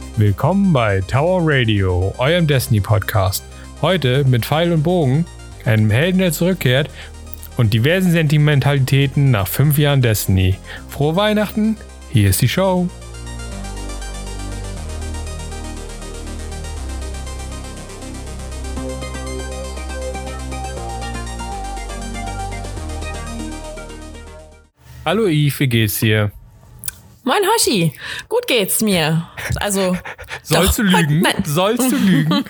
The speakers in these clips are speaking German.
Willkommen bei Tower Radio, eurem Destiny-Podcast. Heute mit Pfeil und Bogen, einem Helden, der zurückkehrt und diversen Sentimentalitäten nach 5 Jahren Destiny. Frohe Weihnachten, hier ist die Show. Hallo Yves, wie geht's dir? Moin Hoshi, gut geht's mir. Also Sollst du lügen? Sollst du lügen?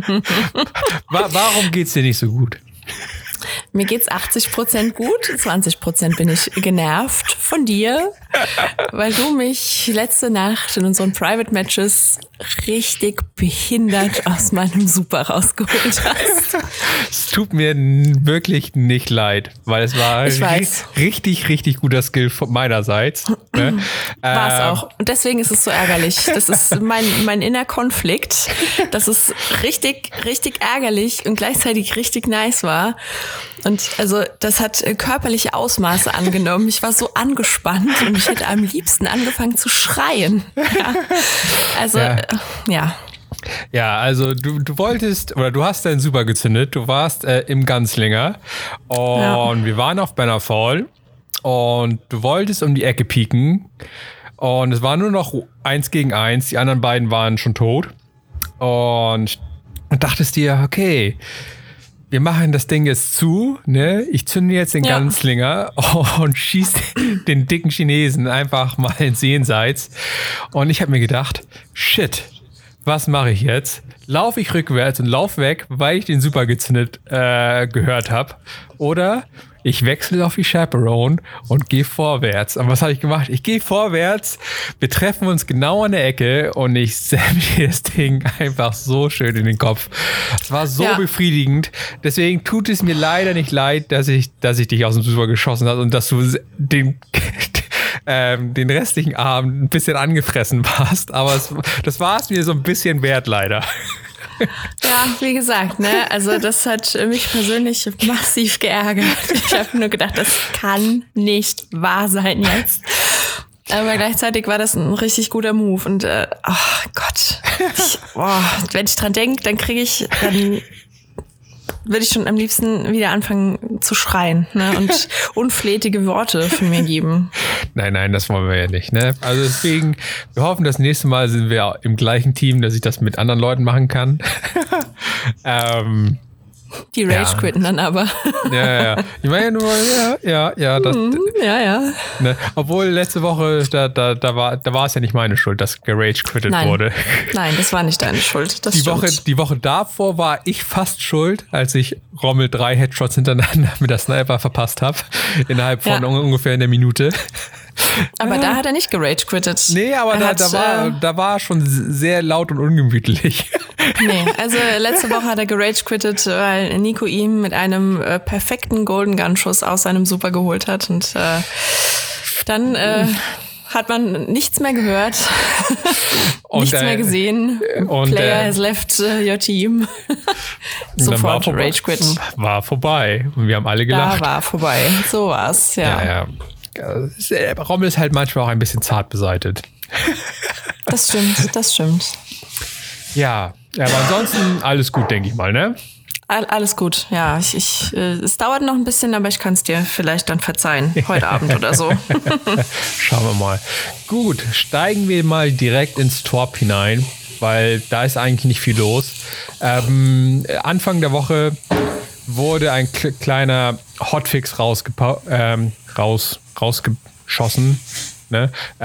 Warum geht's dir nicht so gut? Mir geht's 80% gut, 20% bin ich genervt von dir, weil du mich letzte Nacht in unseren Private Matches richtig behindert aus meinem Super rausgeholt hast. Es tut mir wirklich nicht leid, weil es war richtig guter Skill von meinerseits. Ne? War es auch. Und deswegen ist es so ärgerlich. Das ist mein inner Konflikt, dass es richtig ärgerlich und gleichzeitig richtig nice war. Und also das hat körperliche Ausmaße angenommen. Ich war so angespannt und ich hätte am liebsten angefangen zu schreien. Ja. Also, ja. Ja, also du wolltest, oder du hast deinen Super gezündet. Du warst im Ganzlinger und wir waren auf Bannerfall und du wolltest um die Ecke pieken und es war nur noch 1 gegen 1. Die anderen beiden waren schon tot und dachtest dir, okay, wir machen das Ding jetzt zu, ne? Ich zünde jetzt den Ganzlinger und schieße den dicken Chinesen einfach mal ins Jenseits. Und ich habe mir gedacht, shit, was mache ich jetzt? Laufe ich rückwärts und lauf weg, weil ich den Super gezündet gehört habe? Oder ich wechsle auf die Chaperone und gehe vorwärts. Und was habe ich gemacht? Ich gehe vorwärts, wir treffen uns genau an der Ecke und ich sämte das Ding einfach so schön in den Kopf. Es war so befriedigend. Deswegen tut es mir leider nicht leid, dass ich dich aus dem Super geschossen habe und dass du den restlichen Abend ein bisschen angefressen warst. Aber das war es mir so ein bisschen wert, leider. Ja, wie gesagt, ne, also das hat mich persönlich massiv geärgert. Ich habe nur gedacht, das kann nicht wahr sein jetzt. Aber gleichzeitig war das ein richtig guter Move und oh Gott, wenn ich dran denke, dann würde ich schon am liebsten wieder anfangen zu schreien, ne, und unflätige Worte von mir geben. Nein, das wollen wir ja nicht, ne? Also deswegen, wir hoffen, das nächste Mal sind wir im gleichen Team, dass ich das mit anderen Leuten machen kann. Die Rage quitten dann aber. Ja. Ich meine nur, das. Ne? Obwohl letzte Woche, da war es ja nicht meine Schuld, dass gerage quittet wurde. Nein, das war nicht deine Schuld. Die Woche davor war ich fast schuld, als ich Rommel 3 Headshots hintereinander mit der Sniper verpasst habe. Innerhalb von ungefähr einer Minute. Aber da hat er nicht gerage quittet. Nee, aber da war schon sehr laut und ungemütlich. Nee, also letzte Woche hat er gerage quittet, weil Nico ihm mit einem perfekten Golden Gun Schuss aus seinem Super geholt hat und dann hat man nichts mehr gehört, nichts mehr gesehen. Player has left your team. Sofort rage quit. War vorbei und wir haben alle gelacht. Da war vorbei, so war's, ja. Rommel ist halt manchmal auch ein bisschen zart beseitet. Das stimmt. Ja, aber ansonsten alles gut, denke ich mal, ne? Alles gut, ja. Es dauert noch ein bisschen, aber ich kann es dir vielleicht dann verzeihen, heute Abend oder so. Schauen wir mal. Gut, steigen wir mal direkt ins Torp hinein, weil da ist eigentlich nicht viel los. Anfang der Woche wurde ein kleiner Hotfix rausgeschossen. Ne?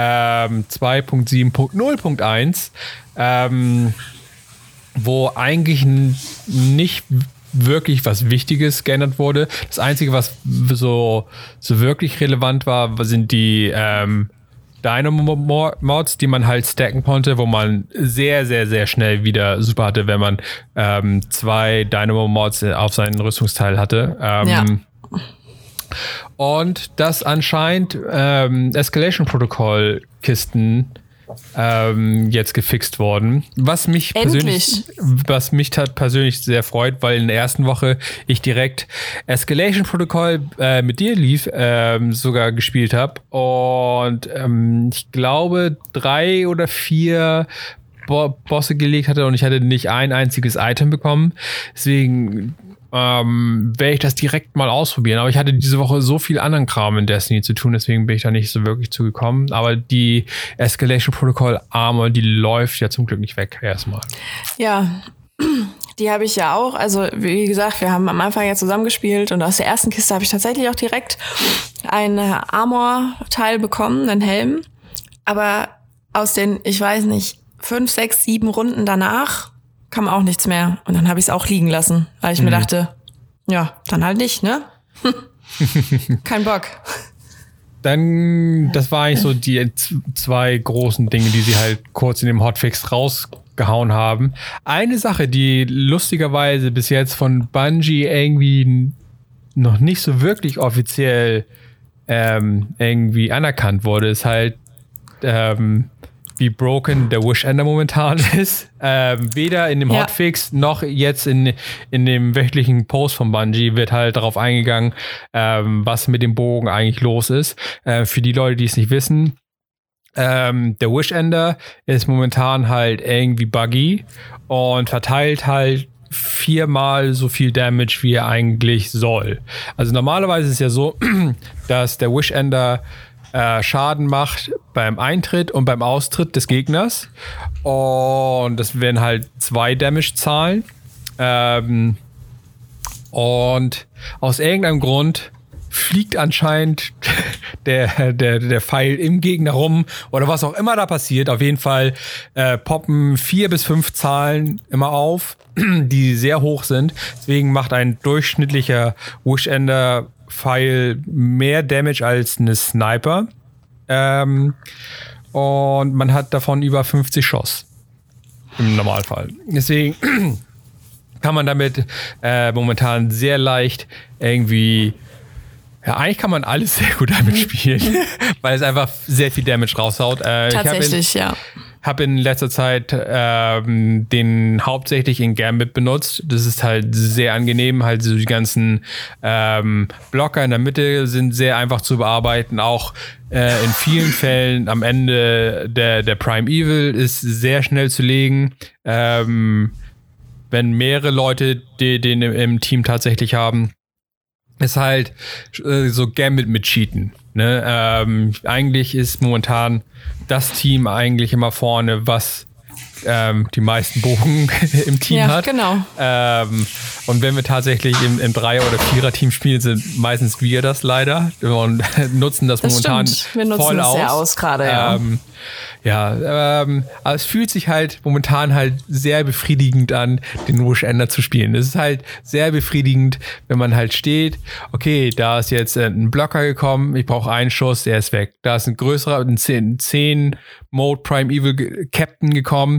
2.7.0.1, wo eigentlich nicht wirklich was Wichtiges geändert wurde. Das Einzige, was so wirklich relevant war, sind die Dynamo-Mods, die man halt stacken konnte, wo man sehr schnell wieder Super hatte, wenn man 2 Dynamo-Mods auf seinen Rüstungsteil hatte. Und dass anscheinend Escalation-Protokoll-Kisten jetzt gefixt worden. Was mich persönlich sehr freut, weil in der ersten Woche ich direkt Escalation Protocol mit dir sogar gespielt habe. Und ich glaube 3 oder 4 Bosse gelegt hatte und ich hatte nicht ein einziges Item bekommen. Deswegen werde ich das direkt mal ausprobieren. Aber ich hatte diese Woche so viel anderen Kram in Destiny zu tun, deswegen bin ich da nicht so wirklich zugekommen. Aber die Escalation Protocol Armor, die läuft ja zum Glück nicht weg erstmal. Ja, die habe ich ja auch. Also wie gesagt, wir haben am Anfang ja zusammengespielt und aus der ersten Kiste habe ich tatsächlich auch direkt ein Armor-Teil bekommen, einen Helm. Aber aus den, ich weiß nicht, 5, 6, 7 Runden danach kam auch nichts mehr. Und dann habe ich es auch liegen lassen, weil ich mir dachte, ja, dann halt nicht, ne? Kein Bock. Dann, das war eigentlich so die 2 großen Dinge, die sie halt kurz in dem Hotfix rausgehauen haben. Eine Sache, die lustigerweise bis jetzt von Bungie irgendwie noch nicht so wirklich offiziell irgendwie anerkannt wurde, ist halt wie broken der Wish-Ender momentan ist. Weder in dem Hotfix noch jetzt in dem wöchentlichen Post von Bungie wird halt darauf eingegangen, was mit dem Bogen eigentlich los ist. Für die Leute, die es nicht wissen, der Wish-Ender ist momentan halt irgendwie buggy und verteilt halt 4-mal so viel Damage, wie er eigentlich soll. Also normalerweise ist es ja so, dass der Wish-Ender Schaden macht beim Eintritt und beim Austritt des Gegners. Und das werden halt 2 Damage-Zahlen. Und aus irgendeinem Grund fliegt anscheinend der Pfeil im Gegner rum oder was auch immer da passiert. Auf jeden Fall poppen 4 bis 5 Zahlen immer auf, die sehr hoch sind. Deswegen macht ein durchschnittlicher Wish-Ender Pfeil mehr Damage als eine Sniper. Und man hat davon über 50 Schuss. Im Normalfall. Deswegen kann man damit momentan sehr leicht irgendwie. Ja, eigentlich kann man alles sehr gut damit spielen, weil es einfach sehr viel Damage raushaut. Tatsächlich, ja. Habe in letzter Zeit den hauptsächlich in Gambit benutzt. Das ist halt sehr angenehm. Halt so die ganzen Blocker in der Mitte sind sehr einfach zu bearbeiten. Auch in vielen Fällen am Ende der Prime Evil ist sehr schnell zu legen. Wenn mehrere Leute den im Team tatsächlich haben. Ist halt so Gambit mit Cheaten. Ne? Eigentlich ist momentan das Team eigentlich immer vorne, was die meisten Bogen im Team hat. Genau. Und wenn wir tatsächlich im 3er- oder 4er-Team spielen, sind meistens wir das leider und nutzen das momentan stimmt. Wir nutzen voll das aus. sehr aus gerade, aber es fühlt sich halt momentan halt sehr befriedigend an, den Wish-Ender zu spielen. Es ist halt sehr befriedigend, wenn man halt steht, okay, da ist jetzt ein Blocker gekommen, ich brauche einen Schuss, der ist weg. Da ist ein größerer, ein 10 Mode Prime Evil Captain gekommen,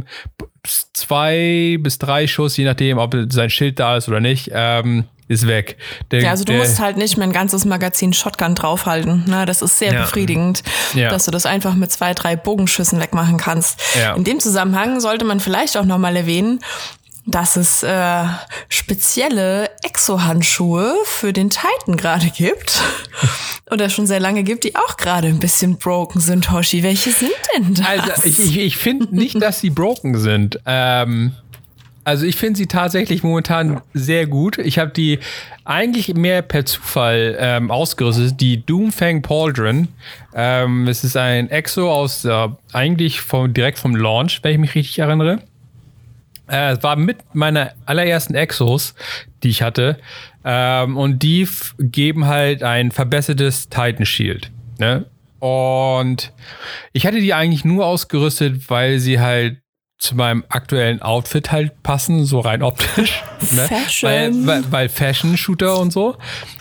2 bis 3 Schuss, je nachdem, ob sein Schild da ist oder nicht, ist weg. Also du musst halt nicht mehr ein ganzes Magazin Shotgun draufhalten. Ne? Das ist sehr befriedigend, dass du das einfach mit 2, 3 Bogenschüssen wegmachen kannst. Ja. In dem Zusammenhang sollte man vielleicht auch nochmal erwähnen, dass es spezielle Exo-Handschuhe für den Titan gerade gibt. Oder schon sehr lange gibt, die auch gerade ein bisschen broken sind, Hoshi. Welche sind denn das? Also ich finde nicht, dass sie broken sind. Also ich finde sie tatsächlich momentan sehr gut. Ich habe die eigentlich mehr per Zufall ausgerüstet. Die Doomfang Pauldron. Es ist ein Exo aus eigentlich direkt vom Launch, wenn ich mich richtig erinnere. Es war mit meiner allerersten Exos, die ich hatte. Und die geben halt ein verbessertes Titan Shield. Ne? Und ich hatte die eigentlich nur ausgerüstet, weil sie halt zu meinem aktuellen Outfit halt passen, so rein optisch. Ne? Fashion. Weil Fashion-Shooter und so.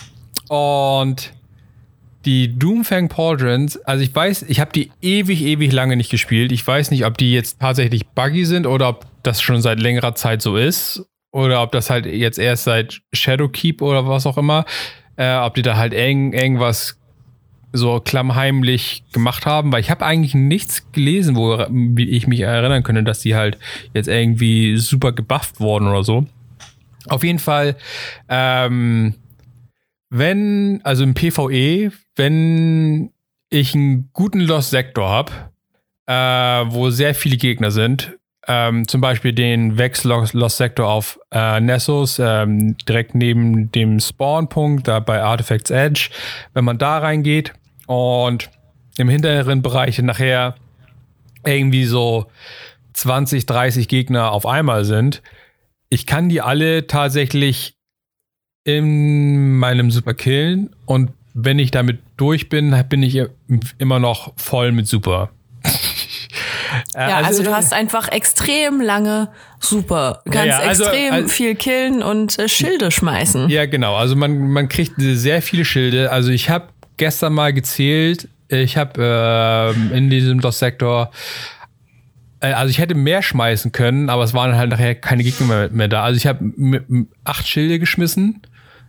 Und die Doomfang Pauldrons, also ich habe die ewig lange nicht gespielt. Ich weiß nicht, ob die jetzt tatsächlich buggy sind oder ob das schon seit längerer Zeit so ist. Oder ob das halt jetzt erst seit Shadowkeep oder was auch immer, ob die da halt irgendwas so klammheimlich gemacht haben, weil ich habe eigentlich nichts gelesen, wo ich mich erinnern könnte, dass die halt jetzt irgendwie super gebufft wurden oder so. Auf jeden Fall, also im PvE, wenn ich einen guten Lost Sektor habe, wo sehr viele Gegner sind, zum Beispiel den Vex-Lost-Sektor auf Nessos, direkt neben dem Spawnpunkt, da bei Artifacts Edge. Wenn man da reingeht und im hinteren Bereich nachher irgendwie so 20, 30 Gegner auf einmal sind, ich kann die alle tatsächlich in meinem Super killen und wenn ich damit durch bin, bin ich immer noch voll mit Super. Ja, also du hast einfach extrem lange Super. Du kannst extrem viel killen und Schilde schmeißen. Ja, genau. Also man kriegt sehr viele Schilde. Also ich habe gestern mal gezählt, ich habe in diesem Lost-Sektor, also ich hätte mehr schmeißen können, aber es waren halt nachher keine Gegner mehr da. Also ich habe 8 Schilde geschmissen,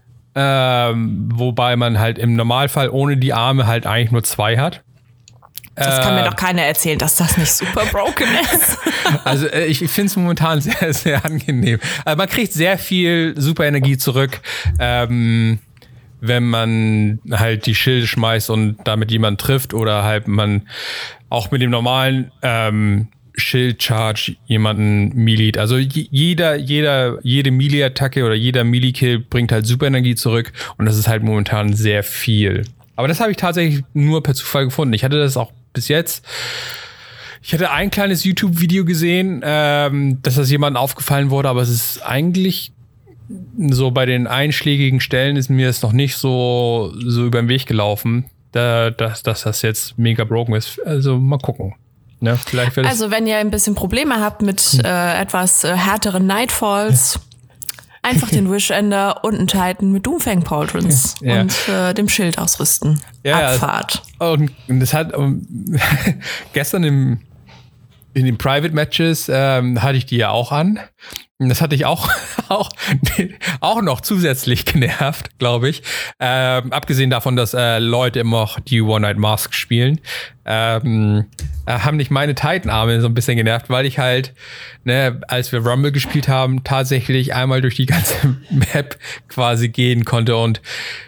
wobei man halt im Normalfall ohne die Arme halt eigentlich nur 2 hat. Das kann mir doch keiner erzählen, dass das nicht super broken ist. Also ich finde es momentan sehr, sehr angenehm. Also man kriegt sehr viel Superenergie zurück, wenn man halt die Schilde schmeißt und damit jemanden trifft oder halt man auch mit dem normalen Shield-Charge jemanden meleet. Also jede Melee-Attacke oder jeder Melee-Kill bringt halt Superenergie zurück und das ist halt momentan sehr viel. Aber das habe ich tatsächlich nur per Zufall gefunden. Ich hatte das auch bis jetzt. Ich hatte ein kleines YouTube-Video gesehen, dass das jemandem aufgefallen wurde, aber es ist eigentlich so bei den einschlägigen Stellen ist mir es noch nicht so über den Weg gelaufen, dass das jetzt mega broken ist. Also mal gucken. Ne, vielleicht also wenn ihr ein bisschen Probleme habt mit etwas härteren Nightfalls, einfach den Wishender und einen Titan mit Doomfang Pauldrons und dem Schild ausrüsten. Ja, Abfahrt. Und das hat gestern in den Private Matches hatte ich die ja auch an. Und das hatte ich auch noch zusätzlich genervt, glaube ich. Abgesehen davon, dass Leute immer noch die One-Night-Mask spielen, haben nicht meine Titan-Arme so ein bisschen genervt, weil ich halt, ne, als wir Rumble gespielt haben, tatsächlich einmal durch die ganze Map quasi gehen konnte und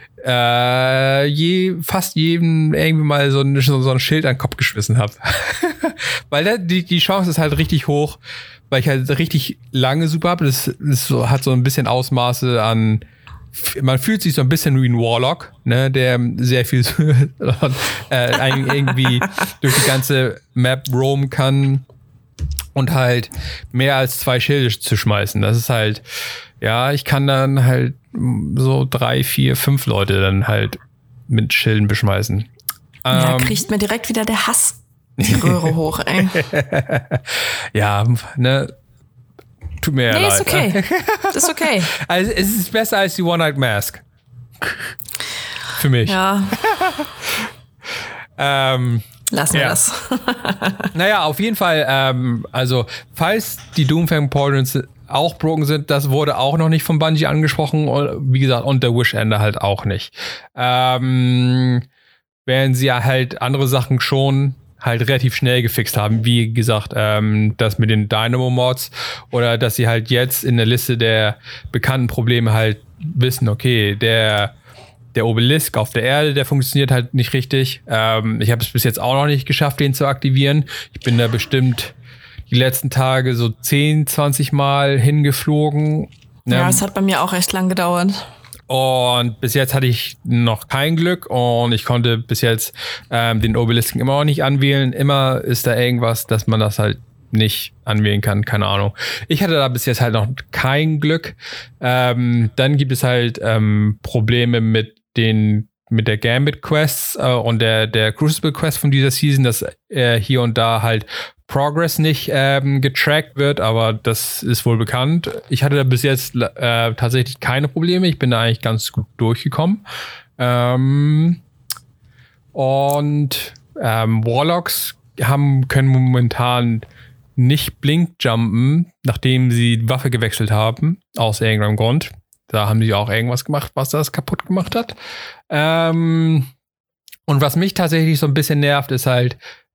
fast jedem irgendwie mal so ein Schild an den Kopf geschmissen habe. Weil die Chance ist halt richtig hoch, weil ich halt richtig lange Super habe. Das hat so ein bisschen Ausmaße an, man fühlt sich so ein bisschen wie ein Warlock, ne, der sehr viel irgendwie durch die ganze Map roamen kann und halt mehr als 2 Schilde zu schmeißen. Das ist halt, ja, ich kann dann halt so 3, 4, 5 Leute dann halt mit Schilden beschmeißen. Da kriegt mir direkt wieder der Hass die Röhre hoch, ey. Ja, ne, tut mir ja leid. Ist okay. Ist okay. Also es ist besser als die One-Night-Mask. Für mich. Ja. Lassen wir das. Naja, auf jeden Fall, also falls die Doomfang Pauldrons auch broken sind, das wurde auch noch nicht von Bungie angesprochen, wie gesagt, und der Wishender halt auch nicht. Während sie ja halt andere Sachen schon halt relativ schnell gefixt haben, wie gesagt, das mit den Dynamo-Mods oder dass sie halt jetzt in der Liste der bekannten Probleme halt wissen, okay, der Obelisk auf der Erde, der funktioniert halt nicht richtig. Ich habe es bis jetzt auch noch nicht geschafft, den zu aktivieren. Ich bin da bestimmt die letzten Tage so 10, 20 Mal hingeflogen. Ja, das hat bei mir auch recht lang gedauert. Und bis jetzt hatte ich noch kein Glück und ich konnte bis jetzt den Obelisken immer noch nicht anwählen. Immer ist da irgendwas, dass man das halt nicht anwählen kann, keine Ahnung. Ich hatte da bis jetzt halt noch kein Glück. Dann gibt es halt Probleme mit der Gambit Quests und der Crucible Quest von dieser Season, dass hier und da halt Progress nicht getrackt wird, aber das ist wohl bekannt. Ich hatte da bis jetzt tatsächlich keine Probleme. Ich bin da eigentlich ganz gut durchgekommen. Warlocks können momentan nicht Blink-Jumpen, nachdem sie die Waffe gewechselt haben, aus irgendeinem Grund. Da haben sie auch irgendwas gemacht, was das kaputt gemacht hat. Und was mich tatsächlich so ein bisschen nervt, ist halt,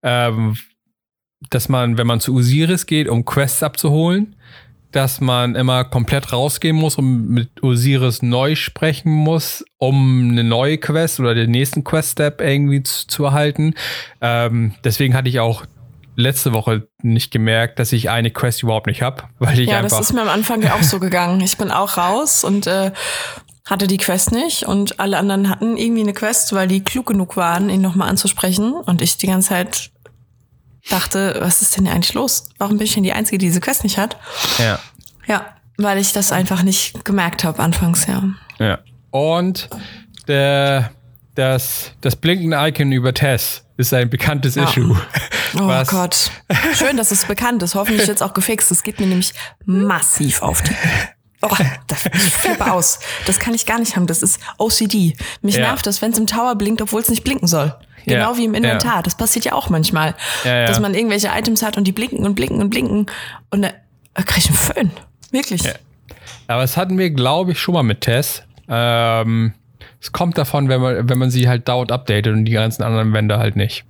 dass man, wenn man zu Osiris geht, um Quests abzuholen, dass man immer komplett rausgehen muss und mit Osiris neu sprechen muss, um eine neue Quest oder den nächsten Quest-Step irgendwie zu erhalten. Deswegen hatte ich auch letzte Woche nicht gemerkt, dass ich eine Quest überhaupt nicht habe, weil ich einfach... Ja, das ist mir am Anfang ja auch so gegangen. Ich bin auch raus und hatte die Quest nicht und alle anderen hatten irgendwie eine Quest, weil die klug genug waren, ihn nochmal anzusprechen und ich die ganze Zeit dachte, was ist denn eigentlich los? Warum bin ich denn die Einzige, die diese Quest nicht hat? Ja. Ja, weil ich das einfach nicht gemerkt habe anfangs, ja. Ja. Und das Blinken-Icon über Tess ist ein bekanntes Issue. Oh Gott. Schön, dass es bekannt ist. Hoffentlich jetzt auch gefixt. Es geht mir nämlich massiv auf die... Oh, ich flippe aus. Das kann ich gar nicht haben. Das ist OCD. Mich nervt das, wenn es im Tower blinkt, obwohl es nicht blinken soll. Genau wie im Inventar. Das passiert ja auch manchmal. Dass man irgendwelche Items hat und die blinken und blinken und blinken. Und da krieg ich einen Föhn. Wirklich. Ja. Aber das hatten wir, glaube ich, schon mal mit Tess. Es kommt davon, wenn man sie halt dauernd updatet und die ganzen anderen Wände halt nicht.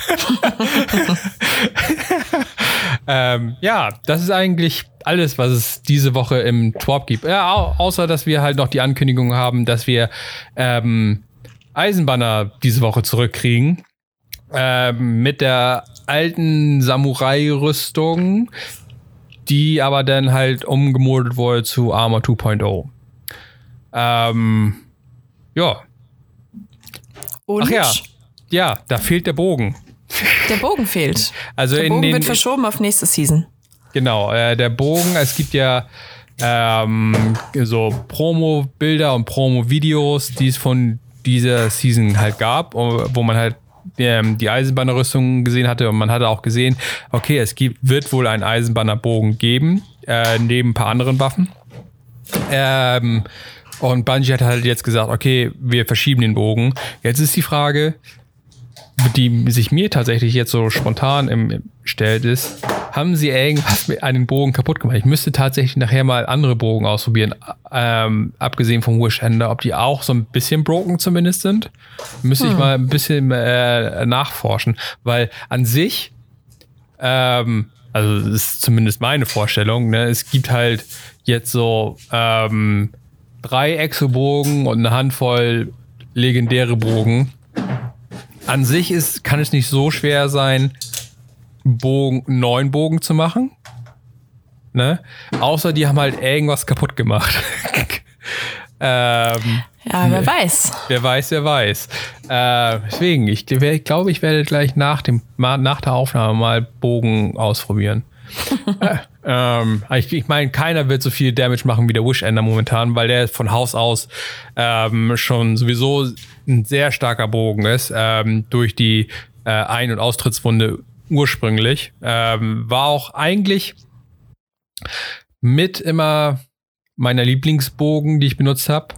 Ja, das ist eigentlich alles, was es diese Woche im TWAP gibt. Ja, außer, dass wir halt noch die Ankündigung haben, dass wir Eisenbanner diese Woche zurückkriegen. Mit der alten Samurai-Rüstung, die aber dann halt umgemodelt wurde zu Armor 2.0. Ja. Und? Ach ja. Ja, da fehlt der Bogen. Der Bogen fehlt. Also der Bogen wird verschoben auf nächste Season. Genau, der Bogen, es gibt ja so Promo-Bilder und Promo-Videos, die es von dieser Season halt gab, wo man halt die Eisenbannerrüstung gesehen hatte und man hatte auch gesehen, okay, wird wohl einen Eisenbannerbogen geben, neben ein paar anderen Waffen. Und Bungie hat halt jetzt gesagt, okay, wir verschieben den Bogen. Jetzt ist die Frage, die sich mir tatsächlich jetzt so spontan stellt, ist, haben sie irgendwas mit einem Bogen kaputt gemacht? Ich müsste tatsächlich nachher mal andere Bogen ausprobieren, abgesehen vom Wishender, ob die auch so ein bisschen broken zumindest sind. Müsste ich mal ein bisschen nachforschen, weil an sich, also das ist zumindest meine Vorstellung, ne, es gibt halt jetzt so 3 Exobogen und eine Handvoll legendäre Bogen. An sich kann es nicht so schwer sein, 9 Bogen zu machen. Ne? Außer die haben halt irgendwas kaputt gemacht. Ja, wer weiß. Wer weiß. Deswegen, ich glaube, ich werde gleich nach der Aufnahme mal Bogen ausprobieren. Ich meine, keiner wird so viel Damage machen wie der Wishender momentan, weil der von Haus aus schon sowieso ein sehr starker Bogen ist, durch die Ein- und Austrittswunde ursprünglich. War auch eigentlich mit immer meiner Lieblingsbogen, die ich benutzt habe.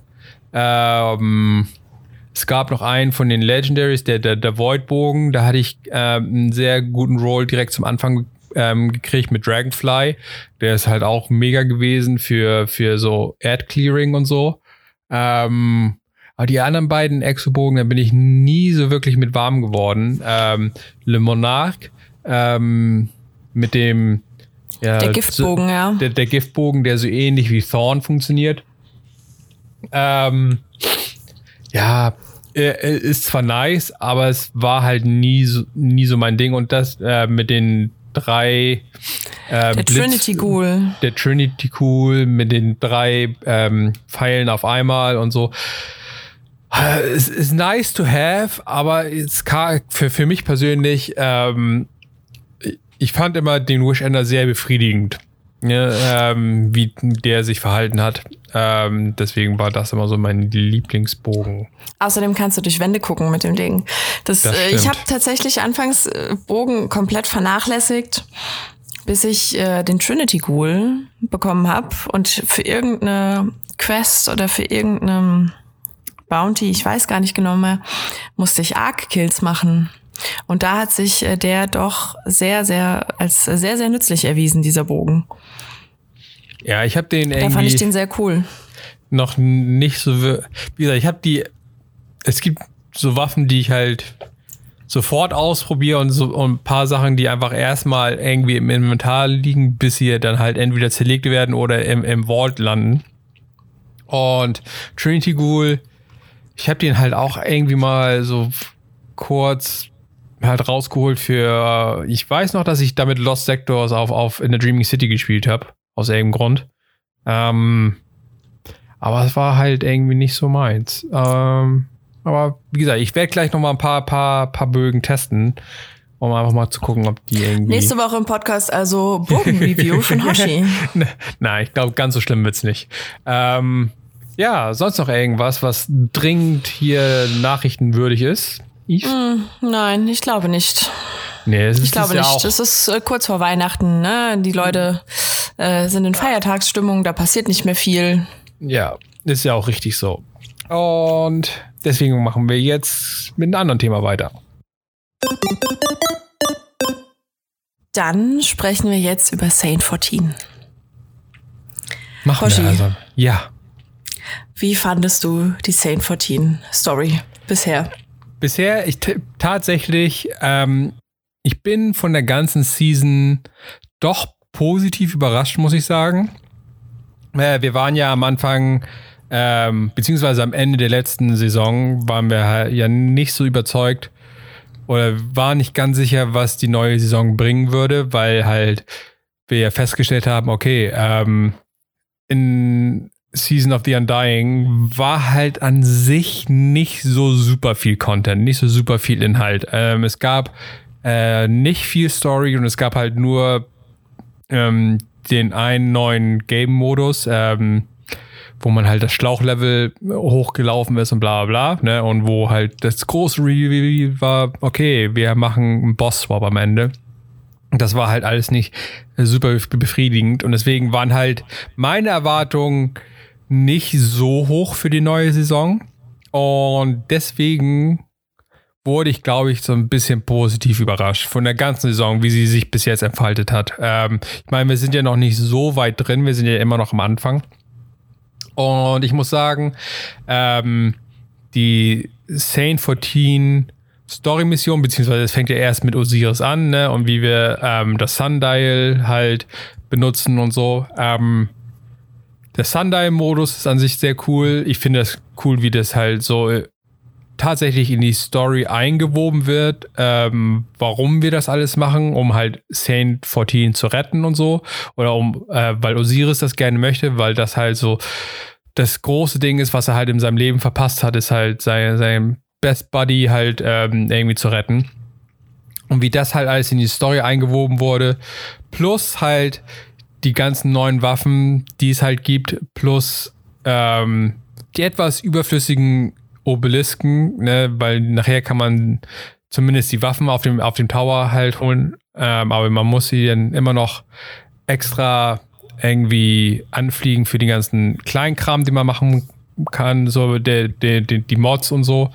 Es gab noch einen von den Legendaries, der Void-Bogen. Da hatte ich einen sehr guten Roll direkt zum Anfang gekriegt mit Dragonfly. Der ist halt auch mega gewesen für so Ad-Clearing und so. Aber die anderen beiden Exobogen, da bin ich nie so wirklich mit warm geworden. Le Monarque mit dem der Giftbogen, ja. Der Giftbogen, der so ähnlich wie Thorn funktioniert. Ja, ist zwar nice, aber es war halt nie so mein Ding. Und das mit den 3 der Trinity Ghoul. Der Trinity Ghoul mit den 3 Pfeilen auf einmal und so. Es ist nice to have, aber es für mich persönlich, ich fand immer den Wishender sehr befriedigend, ja, wie der sich verhalten hat. Deswegen war das immer so mein Lieblingsbogen. Außerdem kannst du durch Wände gucken mit dem Ding. Ich habe tatsächlich anfangs Bogen komplett vernachlässigt, bis ich den Trinity Ghoul bekommen habe und für irgendeine Quest oder für irgendeine Bounty, ich weiß gar nicht genau mehr, musste ich Arc-Kills machen. Und da hat sich der doch sehr, sehr als sehr, sehr nützlich erwiesen, dieser Bogen. Ja, ich habe den irgendwie... Da fand ich den sehr cool. Noch nicht so... Wie gesagt, es gibt so Waffen, die ich halt sofort ausprobiere und ein paar Sachen, die einfach erstmal irgendwie im Inventar liegen, bis sie dann halt entweder zerlegt werden oder im Vault landen. Und Trinity Ghoul, ich habe den halt auch irgendwie mal so kurz halt rausgeholt für, ich weiß noch, dass ich damit Lost Sectors in der Dreaming City gespielt habe, aus irgendeinem Grund. Aber es war halt irgendwie nicht so meins. Aber wie gesagt, ich werde gleich noch mal ein paar Bögen testen, um einfach mal zu gucken, ob die irgendwie... Nächste Woche im Podcast also Bogen-Review von Hoshi. Nein, ich glaube, ganz so schlimm wird's nicht. Ja, sonst noch irgendwas, was dringend hier nachrichtenwürdig ist? Nein, ich glaube nicht. Nee, ich glaube nicht. Es ist kurz vor Weihnachten, ne? Die Leute sind in Feiertagsstimmung, da passiert nicht mehr viel. Ja, ist ja auch richtig so. Und deswegen machen wir jetzt mit einem anderen Thema weiter. Dann sprechen wir jetzt über Saint 14. Machen wir also. Ja. Wie fandest du die Saint 14 Story bisher? Bisher, tatsächlich, ich bin von der ganzen Season doch positiv überrascht, muss ich sagen. Wir waren ja am Anfang, beziehungsweise am Ende der letzten Saison, waren wir ja nicht so überzeugt oder waren nicht ganz sicher, was die neue Saison bringen würde, weil halt wir ja festgestellt haben, okay, in Season of the Undying war halt an sich nicht so super viel Content, nicht so super viel Inhalt. Es gab nicht viel Story und es gab halt nur den einen neuen Game-Modus, wo man halt das Schlauchlevel hochgelaufen ist und bla bla bla, ne? Und wo halt das große Review war, okay, wir machen einen Boss-Swap am Ende. Das war halt alles nicht super befriedigend und deswegen waren halt meine Erwartungen nicht so hoch für die neue Saison und deswegen wurde ich, glaube ich, so ein bisschen positiv überrascht von der ganzen Saison, wie sie sich bis jetzt entfaltet hat. Ich meine, wir sind ja noch nicht so weit drin, wir sind ja immer noch am Anfang. Und ich muss sagen, die Saint 14 Story-Mission, beziehungsweise es fängt ja erst mit Osiris an, ne, und wie wir das Sundial halt benutzen und so. Der Sundial-Modus ist an sich sehr cool. Ich finde das cool, wie das halt so tatsächlich in die Story eingewoben wird, warum wir das alles machen, um halt Saint 14 zu retten und so. Oder weil Osiris das gerne möchte, weil das halt so das große Ding ist, was er halt in seinem Leben verpasst hat, ist halt sein Best Buddy halt irgendwie zu retten. Und wie das halt alles in die Story eingewoben wurde, plus halt die ganzen neuen Waffen, die es halt gibt, plus die etwas überflüssigen Obelisken, ne, weil nachher kann man zumindest die Waffen auf dem Tower halt holen, aber man muss sie dann immer noch extra irgendwie anfliegen für den ganzen Kleinkram, den man machen kann, so die Mods und so.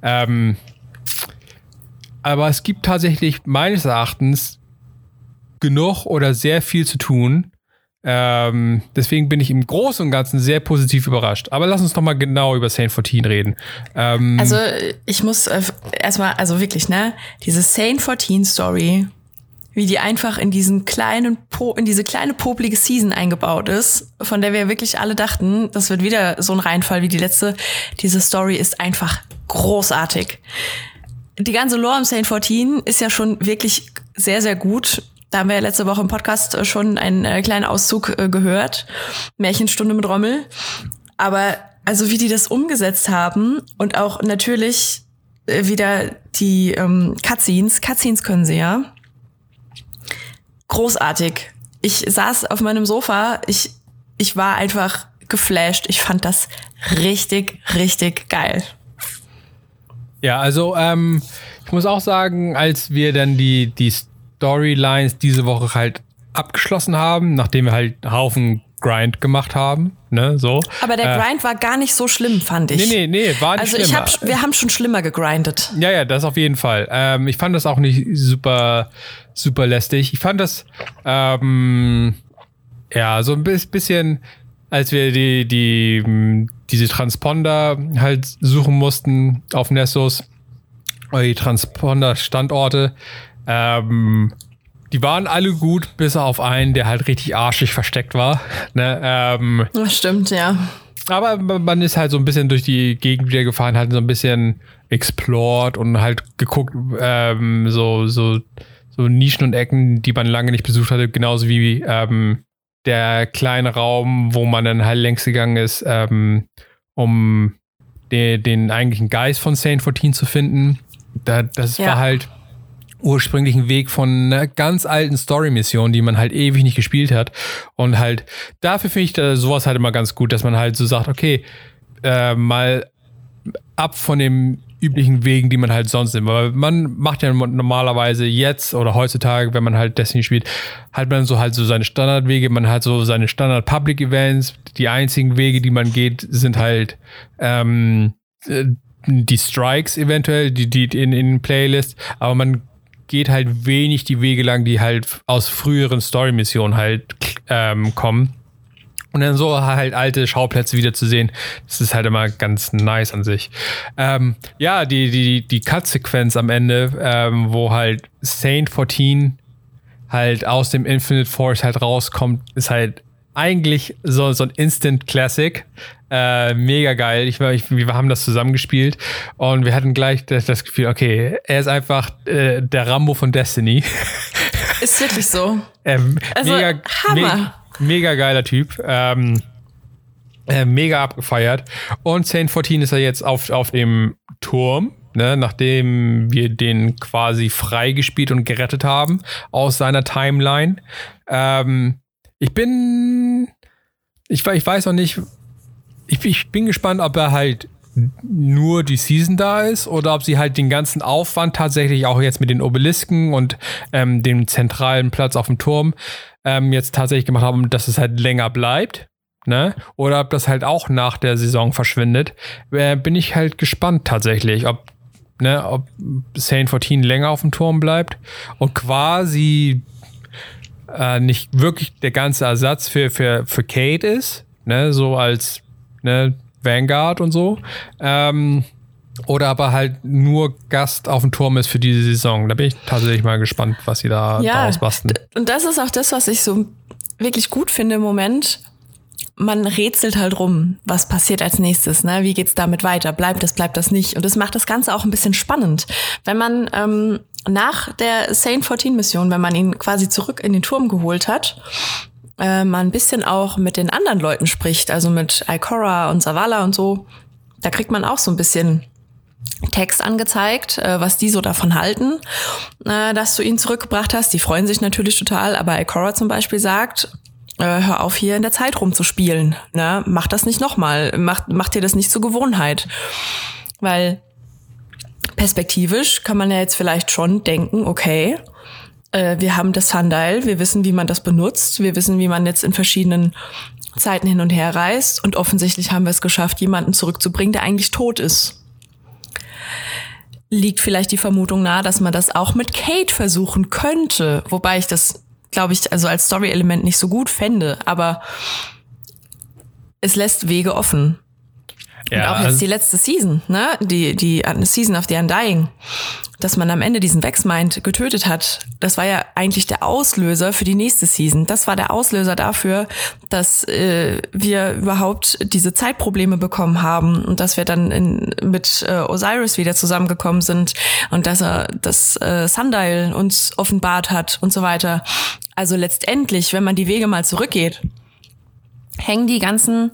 Aber es gibt tatsächlich meines Erachtens genug oder sehr viel zu tun. Deswegen bin ich im Großen und Ganzen sehr positiv überrascht. Aber lass uns noch mal genau über Saint 14 reden. Also ich muss erstmal, also wirklich, ne, diese Saint 14 Story, wie die einfach in diese kleine popelige Season eingebaut ist, von der wir wirklich alle dachten, das wird wieder so ein Reinfall wie die letzte. Diese Story ist einfach großartig. Die ganze Lore im Saint 14 ist ja schon wirklich sehr, sehr gut. Da haben wir ja letzte Woche im Podcast schon einen kleinen Auszug gehört. Märchenstunde mit Rommel. Aber also wie die das umgesetzt haben und auch natürlich wieder die Cutscenes können sie ja. Großartig. Ich saß auf meinem Sofa, ich war einfach geflasht. Ich fand das richtig, richtig geil. Ja, also ich muss auch sagen, als wir dann die Storylines diese Woche halt abgeschlossen haben, nachdem wir halt einen Haufen Grind gemacht haben, ne, so. Aber der Grind war gar nicht so schlimm, fand ich. Nee, war nicht schlimmer. Also wir haben schon schlimmer gegrindet. Ja, das auf jeden Fall. Ich fand das auch nicht super, super lästig. Ich fand das, so ein bisschen, als wir diese Transponder halt suchen mussten auf Nessus, oder die Transponder-Standorte, die waren alle gut, bis auf einen, der halt richtig arschig versteckt war. Ne? Das stimmt, ja. Aber man ist halt so ein bisschen durch die Gegend wieder gefahren, halt so ein bisschen explored und halt geguckt, so Nischen und Ecken, die man lange nicht besucht hatte, genauso wie der kleine Raum, wo man dann halt längst gegangen ist, um den eigentlichen Geist von Saint 14 zu finden. Das war halt ursprünglich ein Weg von einer ganz alten Story-Mission, die man halt ewig nicht gespielt hat. Und halt, dafür finde ich sowas halt immer ganz gut, dass man halt so sagt, okay, mal ab von den üblichen Wegen, die man halt sonst nimmt. Weil man macht ja normalerweise jetzt oder heutzutage, wenn man halt Destiny spielt, hat man so seine Standardwege, man hat so seine Standard-Public-Events. Die einzigen Wege, die man geht, sind halt die Strikes eventuell, die in Playlist, aber man geht halt wenig die Wege lang, die halt aus früheren Story-Missionen halt kommen. Und dann so halt alte Schauplätze wieder zu sehen, das ist halt immer ganz nice an sich. Die Cut-Sequenz am Ende, wo halt Saint 14 halt aus dem Infinite Force halt rauskommt, ist halt eigentlich so ein Instant Classic. Mega geil. Wir haben das zusammengespielt und wir hatten gleich das Gefühl, okay, er ist einfach der Rambo von Destiny. Ist wirklich so. Hammer. Mega geiler Typ. Mega abgefeiert. Und Saint 14 ist ja jetzt auf dem Turm, ne, nachdem wir den quasi freigespielt und gerettet haben aus seiner Timeline. Ich weiß noch nicht, ich bin gespannt, ob er halt nur die Season da ist oder ob sie halt den ganzen Aufwand tatsächlich auch jetzt mit den Obelisken und dem zentralen Platz auf dem Turm jetzt tatsächlich gemacht haben, dass es halt länger bleibt, ne? Oder ob das halt auch nach der Saison verschwindet. Bin ich halt gespannt tatsächlich, ob Saint 14 länger auf dem Turm bleibt und quasi nicht wirklich der ganze Ersatz für Kate ist, ne, so als Vanguard und so, oder aber halt nur Gast auf dem Turm ist für diese Saison. Da bin ich tatsächlich mal gespannt, was sie daraus basteln. Und das ist auch das, was ich so wirklich gut finde im Moment. Man rätselt halt rum, was passiert als nächstes, ne? Wie geht's damit weiter? Bleibt das nicht? Und das macht das Ganze auch ein bisschen spannend. Wenn man nach der Saint 14 Mission, wenn man ihn quasi zurück in den Turm geholt hat, mal ein bisschen auch mit den anderen Leuten spricht, also mit Ikora und Zavala und so, da kriegt man auch so ein bisschen Text angezeigt, was die so davon halten, dass du ihn zurückgebracht hast. Die freuen sich natürlich total, aber Ikora zum Beispiel sagt, hör auf, hier in der Zeit rumzuspielen, ne? Mach das nicht nochmal, mach dir das nicht zur Gewohnheit, weil perspektivisch kann man ja jetzt vielleicht schon denken, okay, wir haben das Sundial, wir wissen, wie man das benutzt, wir wissen, wie man jetzt in verschiedenen Zeiten hin und her reist und offensichtlich haben wir es geschafft, jemanden zurückzubringen, der eigentlich tot ist. Liegt vielleicht die Vermutung nahe, dass man das auch mit Kate versuchen könnte, wobei ich das, glaube ich, also als Story-Element nicht so gut fände, aber es lässt Wege offen. Und auch jetzt die letzte Season, ne? Die Season of the Undying, dass man am Ende diesen Vexmind getötet hat, das war ja eigentlich der Auslöser für die nächste Season. Das war der Auslöser dafür, dass wir überhaupt diese Zeitprobleme bekommen haben und dass wir dann mit Osiris wieder zusammengekommen sind und dass er das Sundial uns offenbart hat und so weiter. Also letztendlich, wenn man die Wege mal zurückgeht, hängen die ganzen,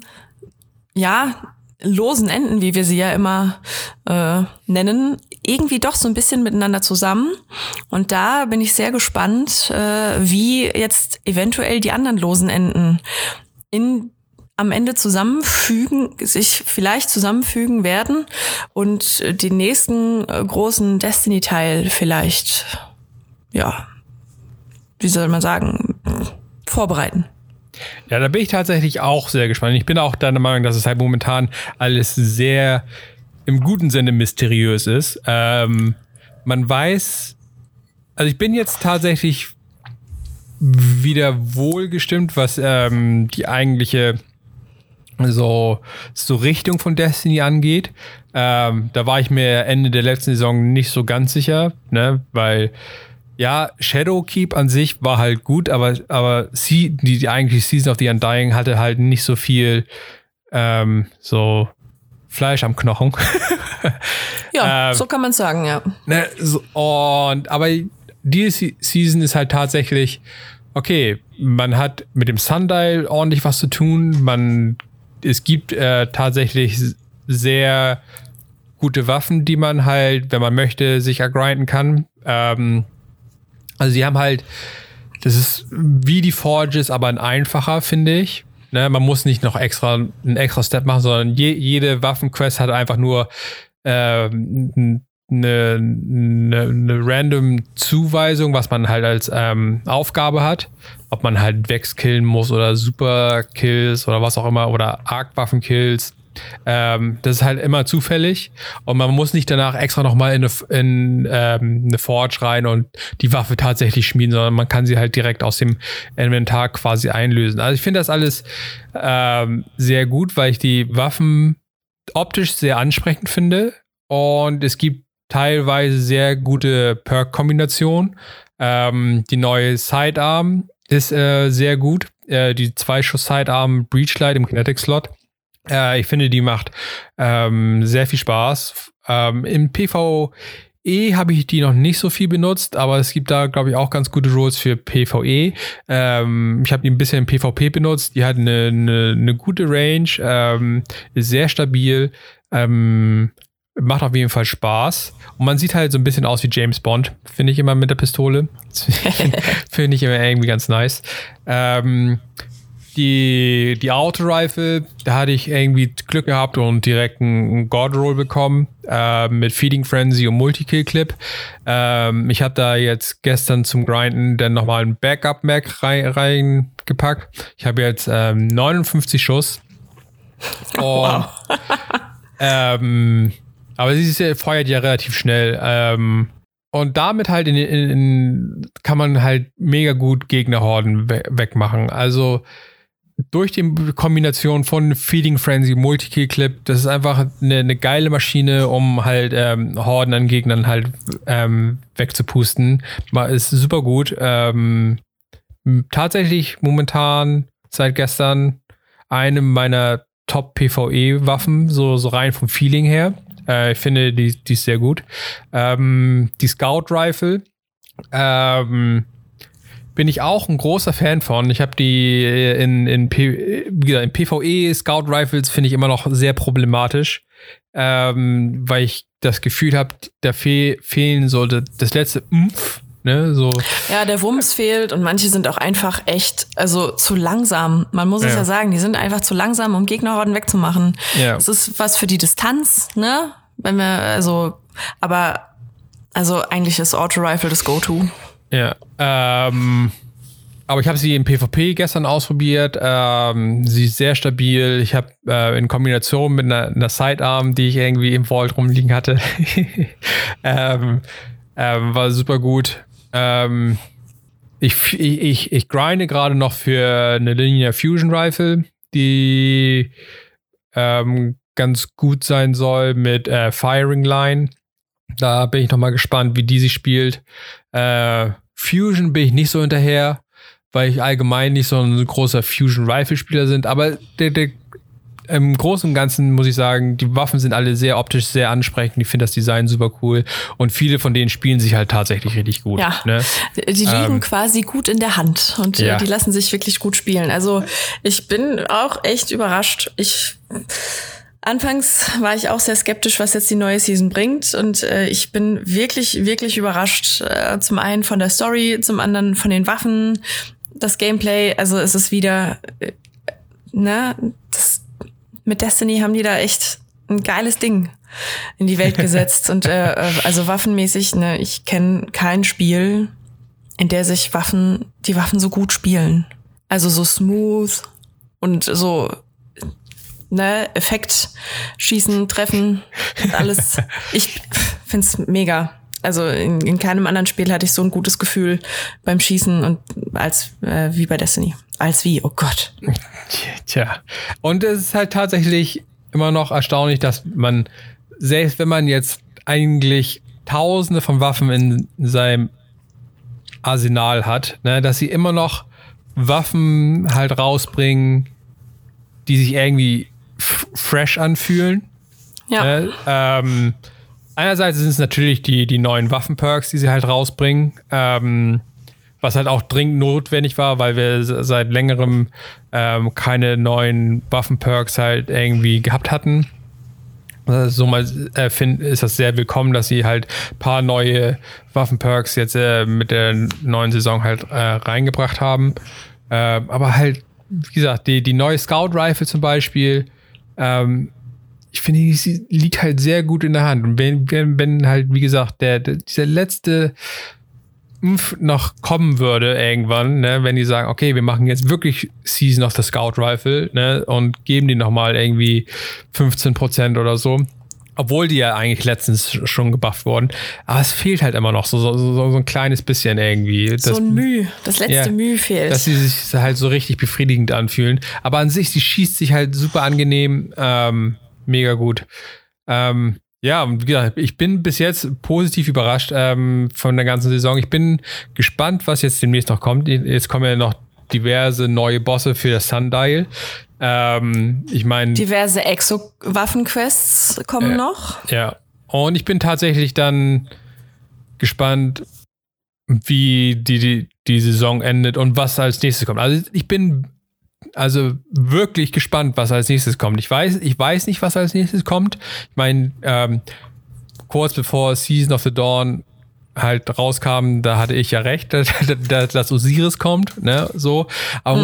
losen Enden, wie wir sie ja immer nennen, irgendwie doch so ein bisschen miteinander zusammen. Und da bin ich sehr gespannt, wie jetzt eventuell die anderen losen Enden am Ende sich vielleicht zusammenfügen werden und den nächsten großen Destiny-Teil vielleicht, wie soll man sagen, vorbereiten. Ja, da bin ich tatsächlich auch sehr gespannt. Ich bin auch deiner Meinung, dass es halt momentan alles sehr im guten Sinne mysteriös ist. Man weiß, also ich bin jetzt tatsächlich wieder wohlgestimmt, was die eigentliche so Richtung von Destiny angeht. Da war ich mir Ende der letzten Saison nicht so ganz sicher, ne, weil Shadowkeep an sich war halt gut, aber die eigentliche Season of the Undying hatte halt nicht so viel so Fleisch am Knochen. Ja, so kann man sagen, ja. Ne, so, aber diese Season ist halt tatsächlich, okay, man hat mit dem Sundial ordentlich was zu tun. Es gibt tatsächlich sehr gute Waffen, die man halt, wenn man möchte, sich ergrinden kann. Also sie haben halt, das ist wie die Forges, aber ein einfacher, finde ich. Ne, man muss nicht noch einen extra Step machen, sondern jede Waffenquest hat einfach nur eine random Zuweisung, was man halt als Aufgabe hat. Ob man halt Vex killen muss oder Super Kills oder was auch immer oder Arc-Waffen-Kills. Das ist halt immer zufällig und man muss nicht danach extra nochmal in eine Forge rein und die Waffe tatsächlich schmieden, sondern man kann sie halt direkt aus dem Inventar quasi einlösen. Also ich finde das alles sehr gut, weil ich die Waffen optisch sehr ansprechend finde und es gibt teilweise sehr gute Perk-Kombinationen. Die neue Sidearm ist sehr gut. Die 2-Schuss-Sidearm Breachlight im Kinetic-Slot. Ich finde, die macht sehr viel Spaß. Im PvE habe ich die noch nicht so viel benutzt, aber es gibt da, glaube ich, auch ganz gute Rules für PvE. Ich habe die ein bisschen im PvP benutzt. Die hat eine gute Range, ist sehr stabil, macht auf jeden Fall Spaß. Und man sieht halt so ein bisschen aus wie James Bond, finde ich immer mit der Pistole. Finde ich immer irgendwie ganz nice. Die Auto-Rifle, da hatte ich irgendwie Glück gehabt und direkt einen God-Roll bekommen mit Feeding Frenzy und Multi-Kill-Clip. Ich habe da jetzt gestern zum Grinden dann nochmal einen Backup-Mag reingepackt. Ich habe jetzt 59 Schuss. Und, wow. Aber sie feuert ja relativ schnell. Und damit halt kann man halt mega gut Gegnerhorden wegmachen. Also durch die Kombination von Feeding Frenzy, Multi-Kill-Clip, das ist einfach eine geile Maschine, um halt Horden an Gegnern halt wegzupusten. Ist super gut. Tatsächlich momentan seit gestern eine meiner Top-PvE-Waffen, so rein vom Feeling her. Ich finde, die ist sehr gut. Die Scout-Rifle bin ich auch ein großer Fan von. Ich habe die in PvE Scout Rifles finde ich immer noch sehr problematisch, weil ich das Gefühl habe, da fehlen sollte das letzte Umf. Ne, so. Ja, der Wumms fehlt und manche sind auch einfach echt, also zu langsam. Man muss es ja sagen, die sind einfach zu langsam, um Gegnerhorden wegzumachen. Ja. Das ist was für die Distanz, ne? Aber eigentlich ist Auto-Rifle das Go-To. Ja, aber ich habe sie im PvP gestern ausprobiert. Sie ist sehr stabil. Ich habe in Kombination mit einer Sidearm, die ich irgendwie im Vault rumliegen hatte, war super gut. Ich grinde gerade noch für eine Linear Fusion Rifle, die ganz gut sein soll mit Firing Line. Da bin ich noch mal gespannt, wie die sich spielt. Fusion bin ich nicht so hinterher, weil ich allgemein nicht so ein großer Fusion-Rifle-Spieler bin. Aber im Großen und Ganzen muss ich sagen, die Waffen sind alle sehr optisch sehr ansprechend. Ich finde das Design super cool. Und viele von denen spielen sich halt tatsächlich richtig gut. Ja, ne? Die liegen quasi gut in der Hand und die lassen sich wirklich gut spielen. Also ich bin auch echt überrascht. Anfangs war ich auch sehr skeptisch, was jetzt die neue Season bringt und ich bin wirklich, wirklich überrascht. Zum einen von der Story, zum anderen von den Waffen, das Gameplay. Also es ist wieder, mit Destiny haben die da echt ein geiles Ding in die Welt gesetzt. Und also waffenmäßig, ich kenne kein Spiel, in der sich die Waffen so gut spielen. Also so smooth und so Effekt, Schießen, Treffen, alles. Ich find's mega. Also in keinem anderen Spiel hatte ich so ein gutes Gefühl beim Schießen und wie bei Destiny. Oh Gott. Tja. Und es ist halt tatsächlich immer noch erstaunlich, dass man, selbst wenn man jetzt eigentlich Tausende von Waffen in seinem Arsenal hat, dass sie immer noch Waffen halt rausbringen, die sich irgendwie fresh anfühlen. Ja. Einerseits sind es natürlich die neuen Waffenperks, die sie halt rausbringen, was halt auch dringend notwendig war, weil wir seit längerem keine neuen Waffenperks halt irgendwie gehabt hatten. So mal ist das sehr willkommen, dass sie halt ein paar neue Waffenperks jetzt mit der neuen Saison halt reingebracht haben. Aber halt, wie gesagt, die neue Scout Rifle zum Beispiel, ich finde, sie liegt halt sehr gut in der Hand. Und wenn halt, wie gesagt, dieser letzte noch kommen würde irgendwann, ne, wenn die sagen, okay, wir machen jetzt wirklich Season of the Scout Rifle, ne, und geben die nochmal irgendwie 15% oder so. Obwohl die ja eigentlich letztens schon gebufft wurden. Aber es fehlt halt immer noch so ein kleines bisschen irgendwie. So ein Mühe, das letzte Mühe fehlt. Dass sie sich halt so richtig befriedigend anfühlen. Aber an sich, sie schießt sich halt super angenehm, mega gut. Ja, und wie gesagt, ich bin bis jetzt positiv überrascht von der ganzen Saison. Ich bin gespannt, was jetzt demnächst noch kommt. Jetzt kommen ja noch diverse neue Bosse für das Sundial. Ich meine, diverse Exo-Waffen-Quests kommen noch. Ja, und ich bin tatsächlich dann gespannt, wie die Saison endet und was als nächstes kommt. Also ich bin wirklich gespannt, was als nächstes kommt. Ich weiß nicht, was als nächstes kommt. Ich meine, kurz bevor Season of the Dawn halt rauskam, da hatte ich ja recht, dass Osiris kommt, ne, so. Aber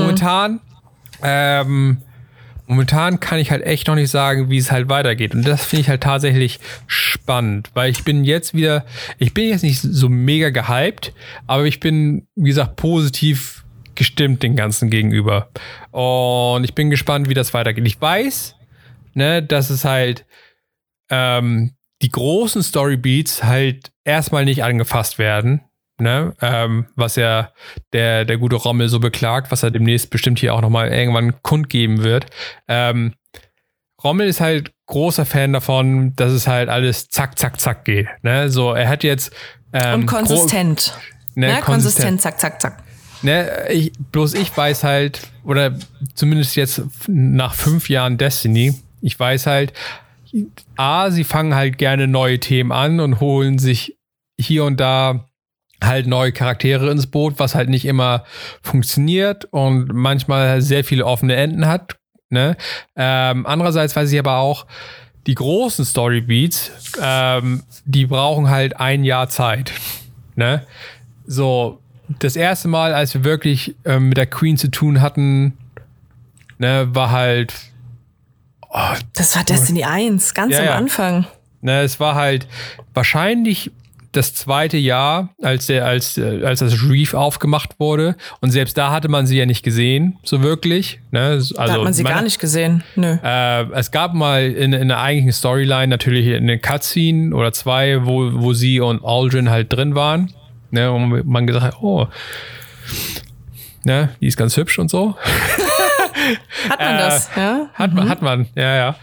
momentan kann ich halt echt noch nicht sagen, wie es halt weitergeht. Und das finde ich halt tatsächlich spannend, weil ich bin jetzt nicht so mega gehypt, aber ich bin, wie gesagt, positiv gestimmt den Ganzen gegenüber. Und ich bin gespannt, wie das weitergeht. Ich weiß, ne, dass es halt die großen Storybeats halt erstmal nicht angefasst werden, ne, was ja der gute Rommel so beklagt, was er demnächst bestimmt hier auch nochmal irgendwann kundgeben wird. Rommel ist halt großer Fan davon, dass es halt alles zack, zack, zack geht, ne, so, er hat jetzt und konsistent. Konsistent, zack, zack, zack. Ne, ich weiß halt, oder zumindest jetzt nach 5 Jahren Destiny, ich weiß halt, sie fangen halt gerne neue Themen an und holen sich hier und da halt neue Charaktere ins Boot, was halt nicht immer funktioniert und manchmal sehr viele offene Enden hat. Ne? Andererseits weiß ich aber auch, die großen Storybeats, die brauchen halt 1 Jahr Zeit. Ne? So, das erste Mal, als wir wirklich mit der Queen zu tun hatten, ne, war halt... das war Destiny 1, ganz am Anfang. Ne, es war halt wahrscheinlich das 2. Jahr, als das Reef aufgemacht wurde. Und selbst da hatte man sie ja nicht gesehen, so wirklich. Ne? Also, da hat man sie gar nicht gesehen. Nö. Es gab mal in der eigentlichen Storyline natürlich eine Cutscene oder 2, wo sie und Aldrin halt drin waren. Ne, und man gesagt hat, oh, ne, die ist ganz hübsch und so. Hat man das, ja? Hat man, ja.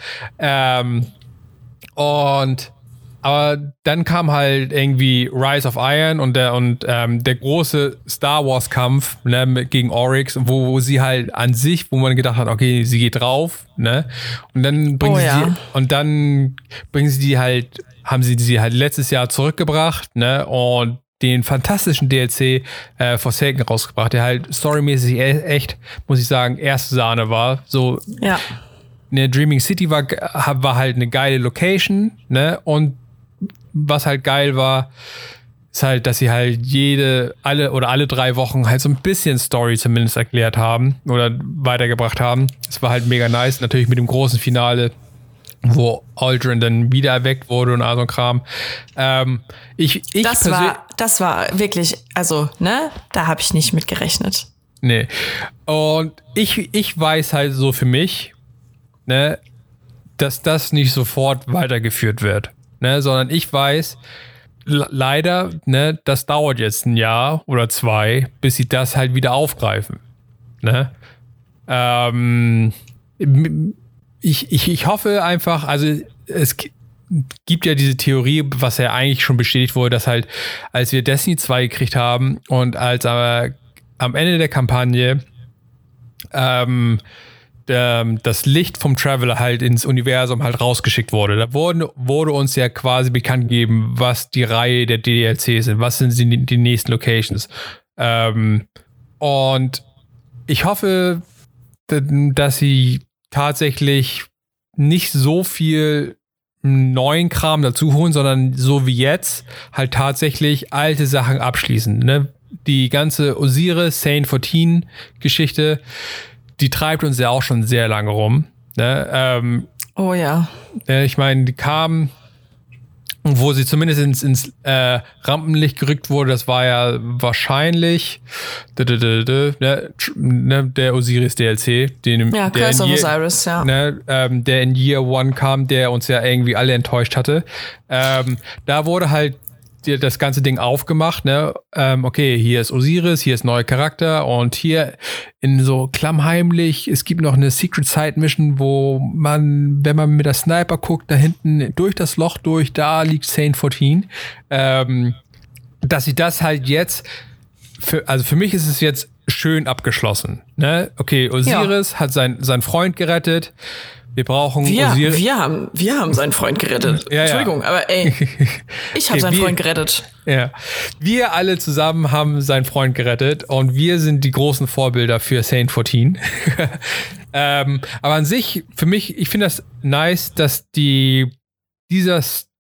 Aber dann kam halt irgendwie Rise of Iron und der große Star Wars Kampf, ne, gegen Oryx, wo sie halt an sich, wo man gedacht hat, okay, sie geht drauf, ne, und dann haben sie die halt letztes Jahr zurückgebracht, ne, und den fantastischen DLC Forsaken rausgebracht, der halt storymäßig echt, muss ich sagen, erste Sahne war. So, ja. Ne, Dreaming City war halt eine geile Location, ne? Und was halt geil war, ist halt, dass sie halt alle 3 Wochen halt so ein bisschen Story zumindest erklärt haben oder weitergebracht haben. Das war halt mega nice. Natürlich mit dem großen Finale, wo Aldrin dann wieder erweckt wurde und all so ein Kram. Das war wirklich, also, ne, da habe ich nicht mit gerechnet. Nee. Und ich weiß halt so für mich, ne, dass das nicht sofort weitergeführt wird, ne, sondern ich weiß, leider, ne, das dauert jetzt 1 Jahr oder 2, bis sie das halt wieder aufgreifen, ne. Ich hoffe einfach, also es gibt ja diese Theorie, was ja eigentlich schon bestätigt wurde, dass halt, als wir Destiny 2 gekriegt haben und als aber am Ende der Kampagne das Licht vom Traveler halt ins Universum halt rausgeschickt wurde. Da wurde uns ja quasi bekannt gegeben, was die Reihe der DLCs sind, was sind die nächsten Locations. Und ich hoffe, dass sie tatsächlich nicht so viel neuen Kram dazu holen, sondern so wie jetzt halt tatsächlich alte Sachen abschließen. Ne? Die ganze Osiris, Saint 14 Geschichte, die treibt uns ja auch schon sehr lange rum. Ne? Oh ja. Ich meine, die kam, wo sie zumindest ins Rampenlicht gerückt wurde, das war ja wahrscheinlich der Osiris DLC, der Curse of Osiris, ja. Der in Year One kam, der uns ja irgendwie alle enttäuscht hatte. Da wurde halt das ganze Ding aufgemacht, ne? Okay, hier ist Osiris, hier ist neuer Charakter und hier in so klammheimlich, es gibt noch eine Secret Side Mission, wo man, wenn man mit der Sniper guckt, da hinten durch das Loch durch, da liegt Saint 14. Dass sie das halt jetzt, für mich ist es jetzt schön abgeschlossen, ne? Okay, Osiris hat seinen Freund gerettet. Wir brauchen Osiris. Wir haben seinen Freund gerettet. Ja, Entschuldigung, aber ey, ich habe seinen Freund gerettet. Ja. Wir alle zusammen haben seinen Freund gerettet und wir sind die großen Vorbilder für Saint 14. Aber an sich, für mich, ich finde das nice, dass dieser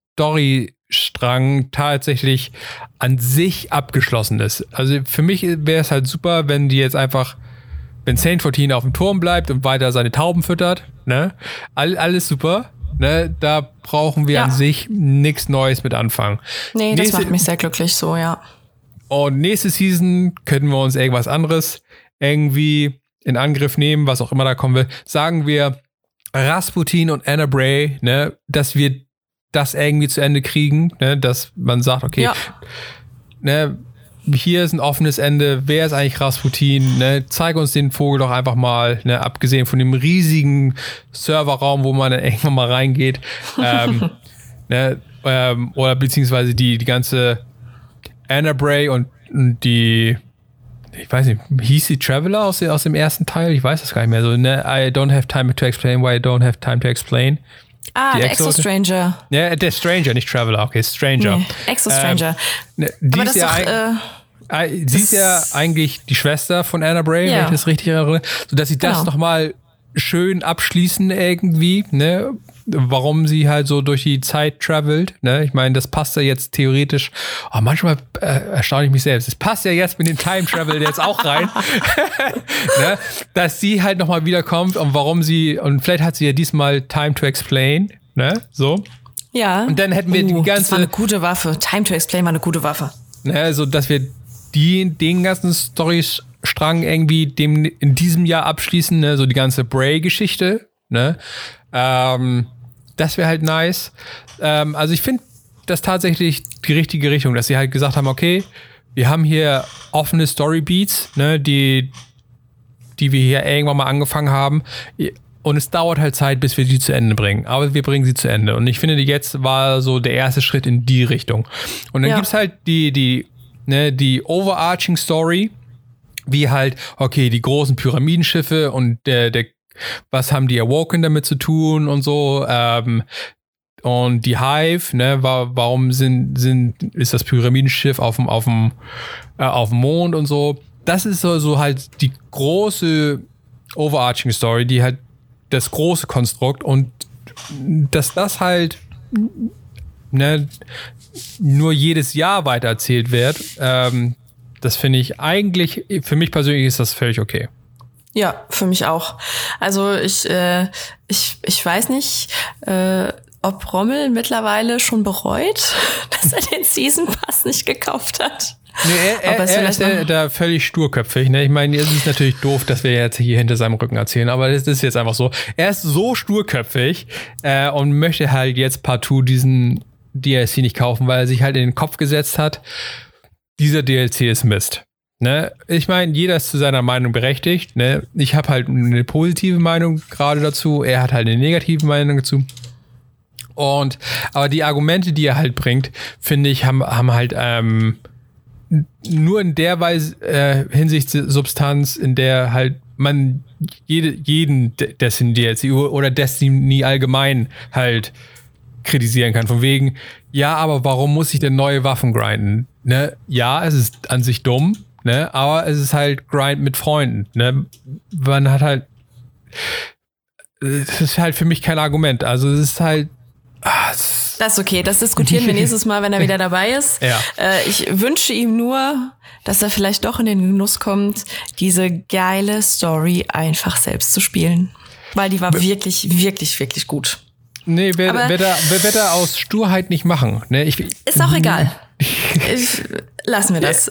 Storystrang tatsächlich an sich abgeschlossen ist. Also für mich wäre es halt super, wenn Saint 14 auf dem Turm bleibt und weiter seine Tauben füttert, ne? Alles super, ne? Da brauchen wir an sich nichts Neues mit anfangen. Nee, das macht mich sehr glücklich so, ja. Und nächste Season können wir uns irgendwas anderes irgendwie in Angriff nehmen, was auch immer da kommen will. Sagen wir Rasputin und Anna Bray, ne? Dass wir das irgendwie zu Ende kriegen, ne? Dass man sagt, okay, ne? Hier ist ein offenes Ende. Wer ist eigentlich Rasputin? Ne? Zeig uns den Vogel doch einfach mal, ne? Abgesehen von dem riesigen Serverraum, wo man dann irgendwann mal reingeht. Ne? Oder beziehungsweise die ganze Anna Bray und die, ich weiß nicht, hieß die Traveler aus dem ersten Teil? Ich weiß das gar nicht mehr. So, ne? I don't have time to explain why I don't have time to explain. Der Exo-Stranger. Ja, der Stranger, nicht Traveler, okay, Stranger. Nee, Exo-Stranger. Aber das sie ist ja eigentlich die Schwester von Anna Bray, wenn ich das richtig erinnere, sodass sie das nochmal schön abschließen irgendwie, ne? Warum sie halt so durch die Zeit travelt, ne? Ich meine, das passt ja jetzt theoretisch, manchmal erstaune ich mich selbst, das passt ja jetzt mit dem Time Travel jetzt auch rein, ne? Dass sie halt nochmal wiederkommt und und vielleicht hat sie ja diesmal Time to Explain, ne? So. Ja. Und dann hätten wir die ganze... Das war eine gute Waffe. Time to Explain war eine gute Waffe. Ne, so dass wir den ganzen Storystrang irgendwie in diesem Jahr abschließen, ne? So die ganze Bray-Geschichte, ne? Das wäre halt nice. Also ich finde das tatsächlich die richtige Richtung, dass sie halt gesagt haben, okay, wir haben hier offene Storybeats, ne, die wir hier irgendwann mal angefangen haben. Und es dauert halt Zeit, bis wir die zu Ende bringen. Aber wir bringen sie zu Ende. Und ich finde, jetzt war so der erste Schritt in die Richtung. Und dann gibt's halt die overarching Story, wie halt, okay, die großen Pyramidenschiffe und was haben die Awoken damit zu tun und so, und die Hive, ne, warum ist das Pyramidenschiff auf dem Mond und so. Das ist so halt die große overarching Story, die halt das große Konstrukt, und dass das halt, ne, nur jedes Jahr weitererzählt wird, das finde ich eigentlich, für mich persönlich ist das völlig okay. Ja, für mich auch. Also ich weiß nicht, ob Rommel mittlerweile schon bereut, dass er den Season Pass nicht gekauft hat. Nee, er ist da völlig sturköpfig. Ne? Ich meine, es ist natürlich doof, dass wir jetzt hier hinter seinem Rücken erzählen, aber das ist jetzt einfach so. Er ist so sturköpfig und möchte halt jetzt partout diesen DLC nicht kaufen, weil er sich halt in den Kopf gesetzt hat, dieser DLC ist Mist. Ne? Ich meine, jeder ist zu seiner Meinung berechtigt. Ne? Ich habe halt eine positive Meinung gerade dazu. Er hat halt eine negative Meinung dazu. Aber die Argumente, die er halt bringt, finde ich, haben halt nur in der Weise Hinsicht Substanz, in der halt man jeden Destiny DLC oder Destiny allgemein halt kritisieren kann. Von wegen, ja, aber warum muss ich denn neue Waffen grinden? Ne? Ja, es ist an sich dumm, ne? Aber es ist halt Grind mit Freunden. Ne? Man hat halt, das ist halt für mich kein Argument. Also es ist halt, das ist okay, das diskutieren wir nächstes Mal, wenn er wieder dabei ist. Ja. Ich wünsche ihm nur, dass er vielleicht doch in den Genuss kommt, diese geile Story einfach selbst zu spielen. Weil die war wirklich, wirklich, wirklich gut. Nee, wird er aus Sturheit nicht machen. Ne? Ist auch egal. Lassen wir das.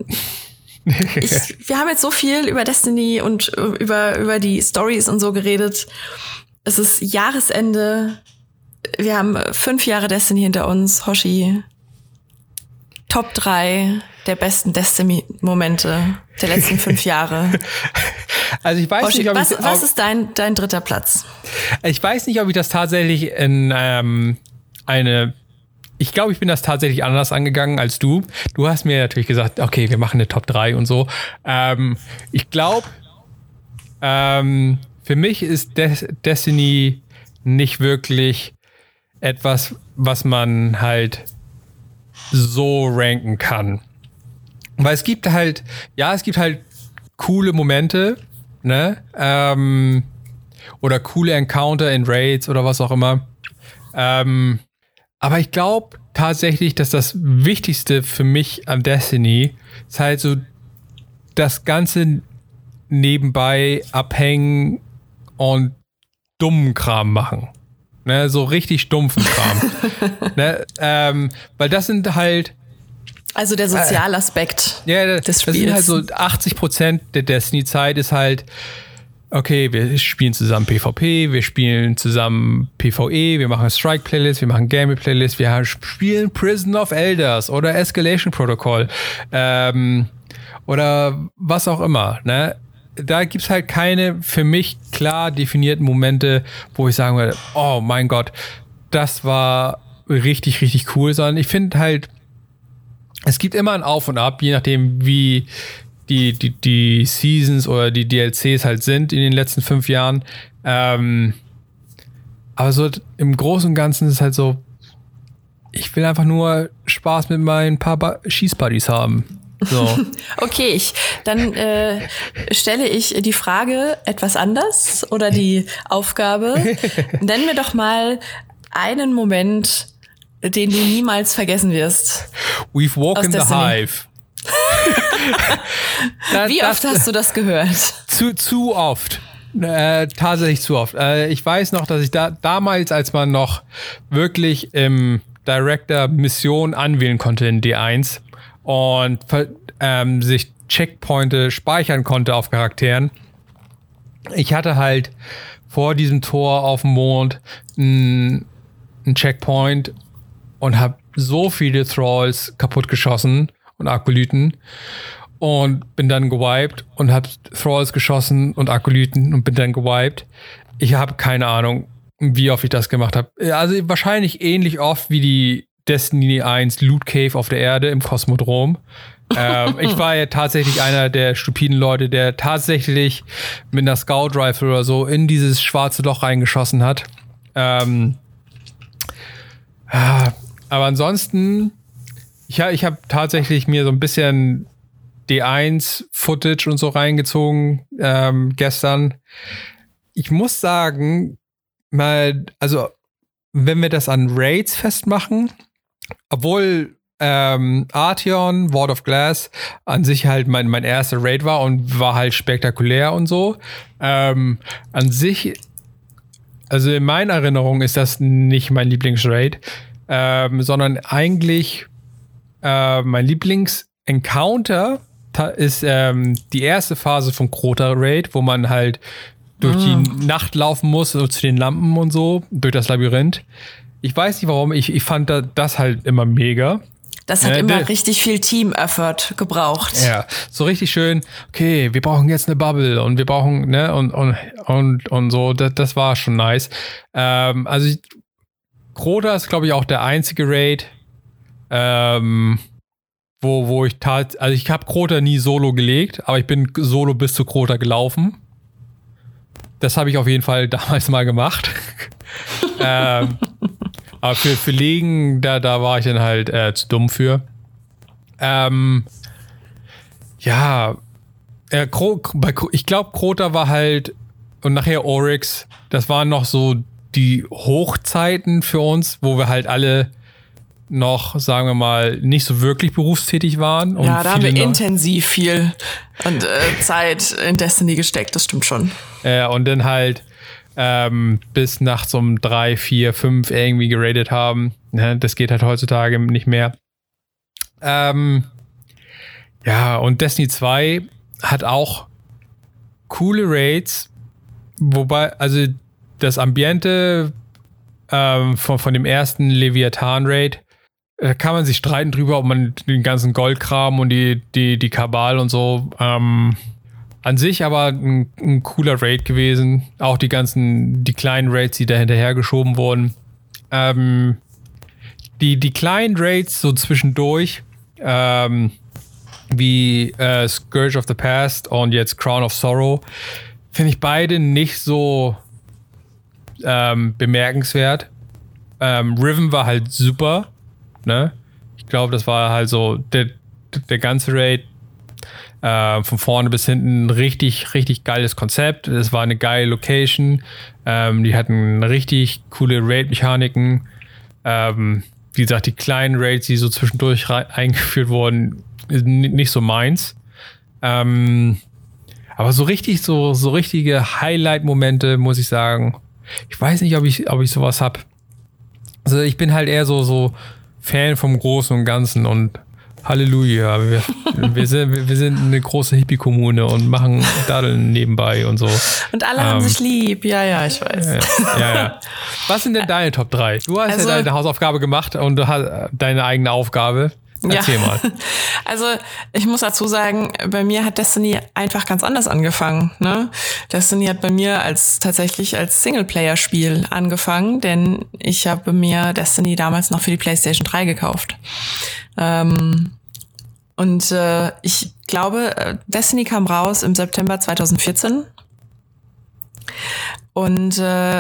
Wir haben jetzt so viel über Destiny und über die Stories und so geredet. Es ist Jahresende. Wir haben 5 Jahre Destiny hinter uns. Hoshi, Top 3 der besten Destiny-Momente der letzten 5 Jahre. Also ich weiß Hoshi, nicht, ob was ist dein 3. Platz? Ich weiß nicht, ob ich das tatsächlich in ich glaube, ich bin das tatsächlich anders angegangen als du. Du hast mir natürlich gesagt, okay, wir machen eine Top 3 und so. Ich glaube, für mich ist Destiny nicht wirklich etwas, was man halt so ranken kann. Weil es gibt halt coole Momente, ne? Oder coole Encounter in Raids oder was auch immer. Aber ich glaube tatsächlich, dass das Wichtigste für mich am Destiny ist halt so das Ganze nebenbei abhängen und dummen Kram machen. Ne, so richtig stumpfen Kram. Ne, weil das sind halt also der Sozialaspekt des Spiels. Das sind halt so 80% der Destiny-Zeit ist halt, okay, wir spielen zusammen PvP, wir spielen zusammen PvE, wir machen Strike-Playlist, wir machen Gaming-Playlist, wir spielen Prison of Elders oder Escalation Protocol oder was auch immer, ne? Da gibt's halt keine für mich klar definierten Momente, wo ich sagen würde, oh mein Gott, das war richtig, richtig cool, sondern ich finde halt, es gibt immer ein Auf und Ab, je nachdem wie die Seasons oder die DLCs halt sind in den letzten 5 Jahren. Aber so im Großen und Ganzen ist es halt so, ich will einfach nur Spaß mit meinen paar Schießbuddies haben. So. Okay, dann stelle ich die Frage etwas anders oder die Aufgabe. Nenn mir doch mal einen Moment, den du niemals vergessen wirst. We've walked in the hive. Wie oft hast du das gehört? Zu oft. Tatsächlich zu oft. Ich weiß noch, dass ich damals, als man noch wirklich im Director Mission anwählen konnte in D1 und sich Checkpointe speichern konnte auf Charakteren. Ich hatte halt vor diesem Tor auf dem Mond einen Checkpoint und habe so viele Thralls kaputt geschossen und Akolyten und bin dann gewiped und habe Thralls geschossen und Akolyten und bin dann gewiped. Ich habe keine Ahnung, wie oft ich das gemacht habe. Also wahrscheinlich ähnlich oft wie die Destiny 1 Loot Cave auf der Erde im Kosmodrom. Ich war ja tatsächlich einer der stupiden Leute, der tatsächlich mit einer Scout Rifle oder so in dieses schwarze Loch reingeschossen hat. Aber ansonsten, ich habe tatsächlich mir so ein bisschen D1-Footage und so reingezogen gestern. Ich muss sagen, also wenn wir das an Raids festmachen, obwohl Arteon, Ward of Glass an sich halt mein erster Raid war und war halt spektakulär und so. An sich, also in meiner Erinnerung ist das nicht mein Lieblingsraid, sondern eigentlich mein Lieblingsencounter ist die erste Phase von Crota Raid, wo man halt durch die Nacht laufen muss, so zu den Lampen und so, durch das Labyrinth. Ich weiß nicht warum, ich fand das halt immer mega. Das hat immer richtig viel Team-Effort gebraucht. Ja, so richtig schön, okay, wir brauchen jetzt eine Bubble und wir brauchen, ne, und so, das war schon nice. Also Crota ist, glaube ich, auch der einzige Raid, wo ich also ich habe Crota nie solo gelegt, aber ich bin solo bis zu Crota gelaufen. Das habe ich auf jeden Fall damals mal gemacht. Aber für Legen, da war ich dann halt zu dumm für. Ich glaube, Crota war halt und nachher Oryx, das waren noch so die Hochzeiten für uns, wo wir halt alle noch, sagen wir mal, nicht so wirklich berufstätig waren. Und ja, da haben wir intensiv viel und Zeit in Destiny gesteckt, das stimmt schon. Und dann halt bis nachts um 3, 4, 5 irgendwie geradet haben. Ne? Das geht halt heutzutage nicht mehr. Und Destiny 2 hat auch coole Raids, wobei, also das Ambiente von dem ersten Leviathan-Raid, kann man sich streiten drüber, ob man den ganzen Goldkram und die Kabal und so an sich aber ein cooler Raid gewesen. Auch die kleinen Raids, die da hinterher geschoben wurden. Die kleinen Raids so zwischendurch, wie Scourge of the Past und jetzt Crown of Sorrow, finde ich beide nicht so bemerkenswert. Riven war halt super, ne? Ich glaube, das war halt so der ganze Raid von vorne bis hinten richtig, richtig geiles Konzept. Es war eine geile Location. Die hatten richtig coole Raid-Mechaniken. Wie gesagt, die kleinen Raids, die so zwischendurch eingeführt wurden, nicht so meins. Aber so richtige Highlight-Momente, muss ich sagen. Ich weiß nicht, ob ich sowas hab. Also ich bin halt eher so Fan vom Großen und Ganzen und Halleluja. Wir sind eine große Hippie-Kommune und machen Daddeln nebenbei und so. Und alle haben sich lieb. Ja, ich weiß. Ja. Was sind denn deine Top 3? Du hast ja deine Hausaufgabe gemacht und du hast deine eigene Aufgabe. Erzähl mal. Also ich muss dazu sagen, bei mir hat Destiny einfach ganz anders angefangen. Ne? Destiny hat bei mir tatsächlich als Singleplayer-Spiel angefangen, denn ich habe mir Destiny damals noch für die PlayStation 3 gekauft. Ich glaube, Destiny kam raus im September 2014. Und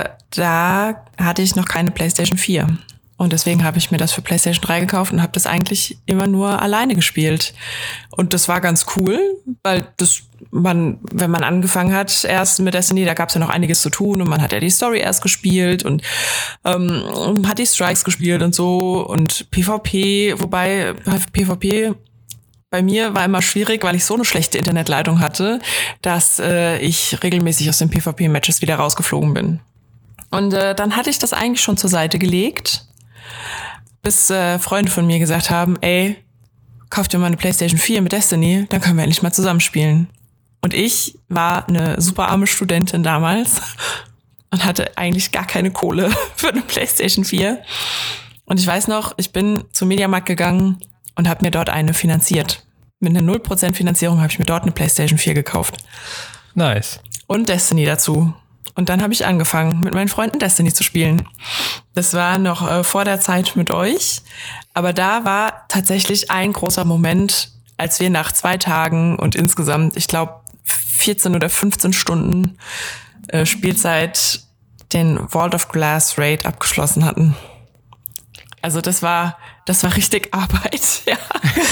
da hatte ich noch keine PlayStation 4. Und deswegen habe ich mir das für PlayStation 3 gekauft und habe das eigentlich immer nur alleine gespielt. Und das war ganz cool, weil wenn man angefangen hat erst mit Destiny, da gab es ja noch einiges zu tun und man hat ja die Story erst gespielt und hat die Strikes gespielt und so und PvP, wobei PvP bei mir war immer schwierig, weil ich so eine schlechte Internetleitung hatte, dass ich regelmäßig aus den PvP-Matches wieder rausgeflogen bin. Und dann hatte ich das eigentlich schon zur Seite gelegt, bis Freunde von mir gesagt haben, ey, kauf dir mal eine PlayStation 4 mit Destiny, dann können wir endlich mal zusammenspielen. Und ich war eine super arme Studentin damals und hatte eigentlich gar keine Kohle für eine PlayStation 4. Und ich weiß noch, ich bin zum Mediamarkt gegangen und habe mir dort eine finanziert. Mit einer 0% Finanzierung habe ich mir dort eine PlayStation 4 gekauft. Nice. Und Destiny dazu. Und dann habe ich angefangen, mit meinen Freunden Destiny zu spielen. Das war noch vor der Zeit mit euch. Aber da war tatsächlich ein großer Moment, als wir nach 2 Tagen und insgesamt, ich glaube, 14 oder 15 Stunden Spielzeit den Vault of Glass Raid abgeschlossen hatten. Also das war richtig Arbeit, ja.